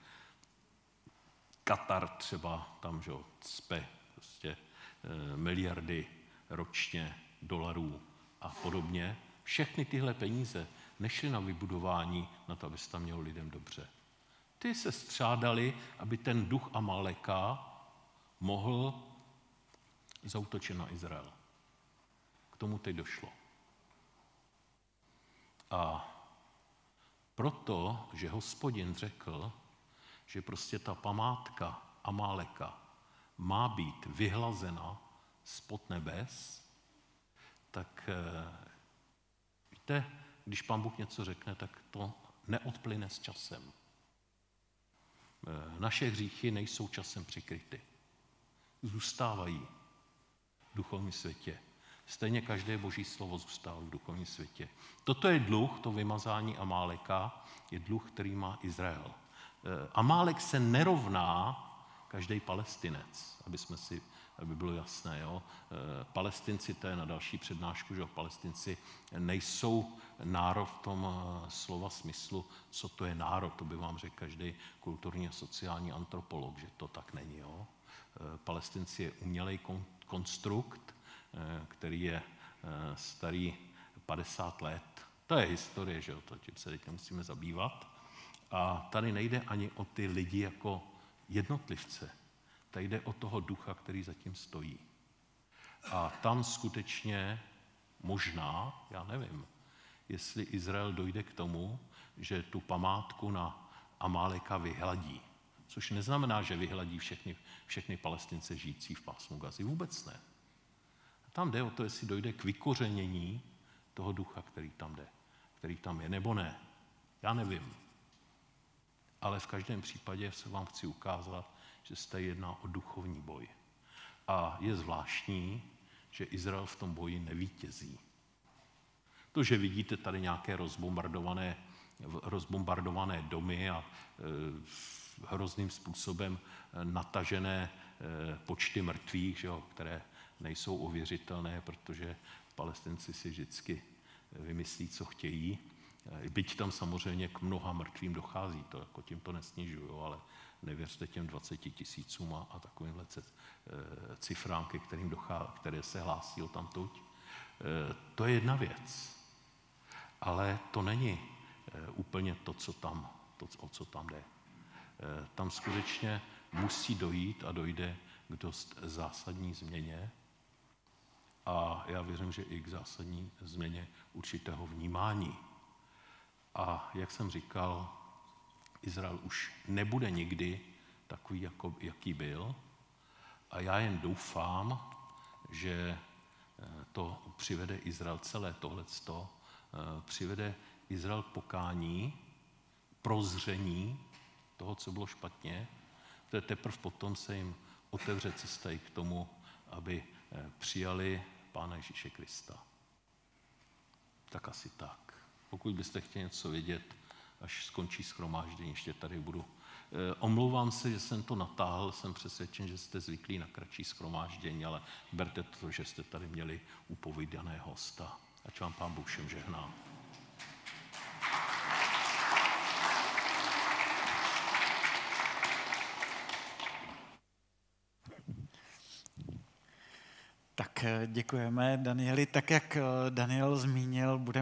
Katar třeba, tam cpe prostě miliardy ročně dolarů a podobně. Všechny tyhle peníze nešly na vybudování, na to, aby se tam mělo lidem dobře. Ty se střádaly, aby ten duch Amáleka mohl zaútočit na Izrael. K tomu teď došlo. A proto, že Hospodin řekl, že prostě ta památka Amáleka má být vyhlazena spod nebes, tak víte, když Pán Bůh něco řekne, tak to neodplyne s časem. Naše hříchy nejsou časem přikryty. Zůstávají v duchovním světě. Stejně každé boží slovo zůstává v duchovním světě. Toto je dluh, to vymazání Amáleka, je dluh, který má Izrael. Amálek se nerovná každý Palestinec, aby bylo jasné. Jo? Palestinci, to je na další přednášku, že Palestinci nejsou národ v tom slova smyslu, co to je národ, to by vám řekl každý kulturní a sociální antropolog, že to tak není. Jo? Palestinci je umělej konstrukt, který je starý 50 let. To je historie, že jo? To tím se teď nemusíme zabývat. A tady nejde ani o ty lidi jako jednotlivce. Tady jde o toho ducha, který zatím stojí. A tam skutečně možná, já nevím, jestli Izrael dojde k tomu, že tu památku na Amáleka vyhladí. Což neznamená, že vyhladí všechny Palestince žijící v pásmu Gazy. Vůbec ne. Tam jde o to, jestli dojde k vykořenění toho ducha, který tam je, nebo ne. Já nevím. Ale v každém případě se vám chci ukázat, že se tady jedná o duchovní boj. A je zvláštní, že Izrael v tom boji nevítězí. To, že vidíte tady nějaké rozbombardované domy a hrozným způsobem natažené počty mrtvých, že jo, které nejsou ověřitelné, protože Palestinci si vždycky vymyslí, co chtějí. Byť tam samozřejmě k mnoha mrtvým dochází, to jako tím to nesnižuju, ale nevěřte těm 20 000 a takovýmhle cifrám, které se hlásí tamtud. To je jedna věc, ale to není úplně to, o co tam jde. Tam skutečně musí dojít a dojde k dost zásadní změně a já věřím, že i k zásadní změně určitého vnímání. A jak jsem říkal, Izrael už nebude nikdy takový, jaký byl. A já jen doufám, že to přivede Izrael, celé tohleto, přivede Izrael k pokání, prozření toho, co bylo špatně. To je teprve potom se jim otevře cesta i k tomu, aby přijali Pána Ježíše Krista. Tak asi tak. Pokud byste chtěli něco vědět, až skončí shromáždění, ještě tady budu. Omlouvám se, že jsem to natáhl, jsem přesvědčen, že jste zvyklí na kratší shromáždění, ale berte to, že jste tady měli upovídaného hosta. Ať vám Pán Bůh všem žehná. Tak děkujeme, Danieli. Tak, jak Daniel zmínil, budeme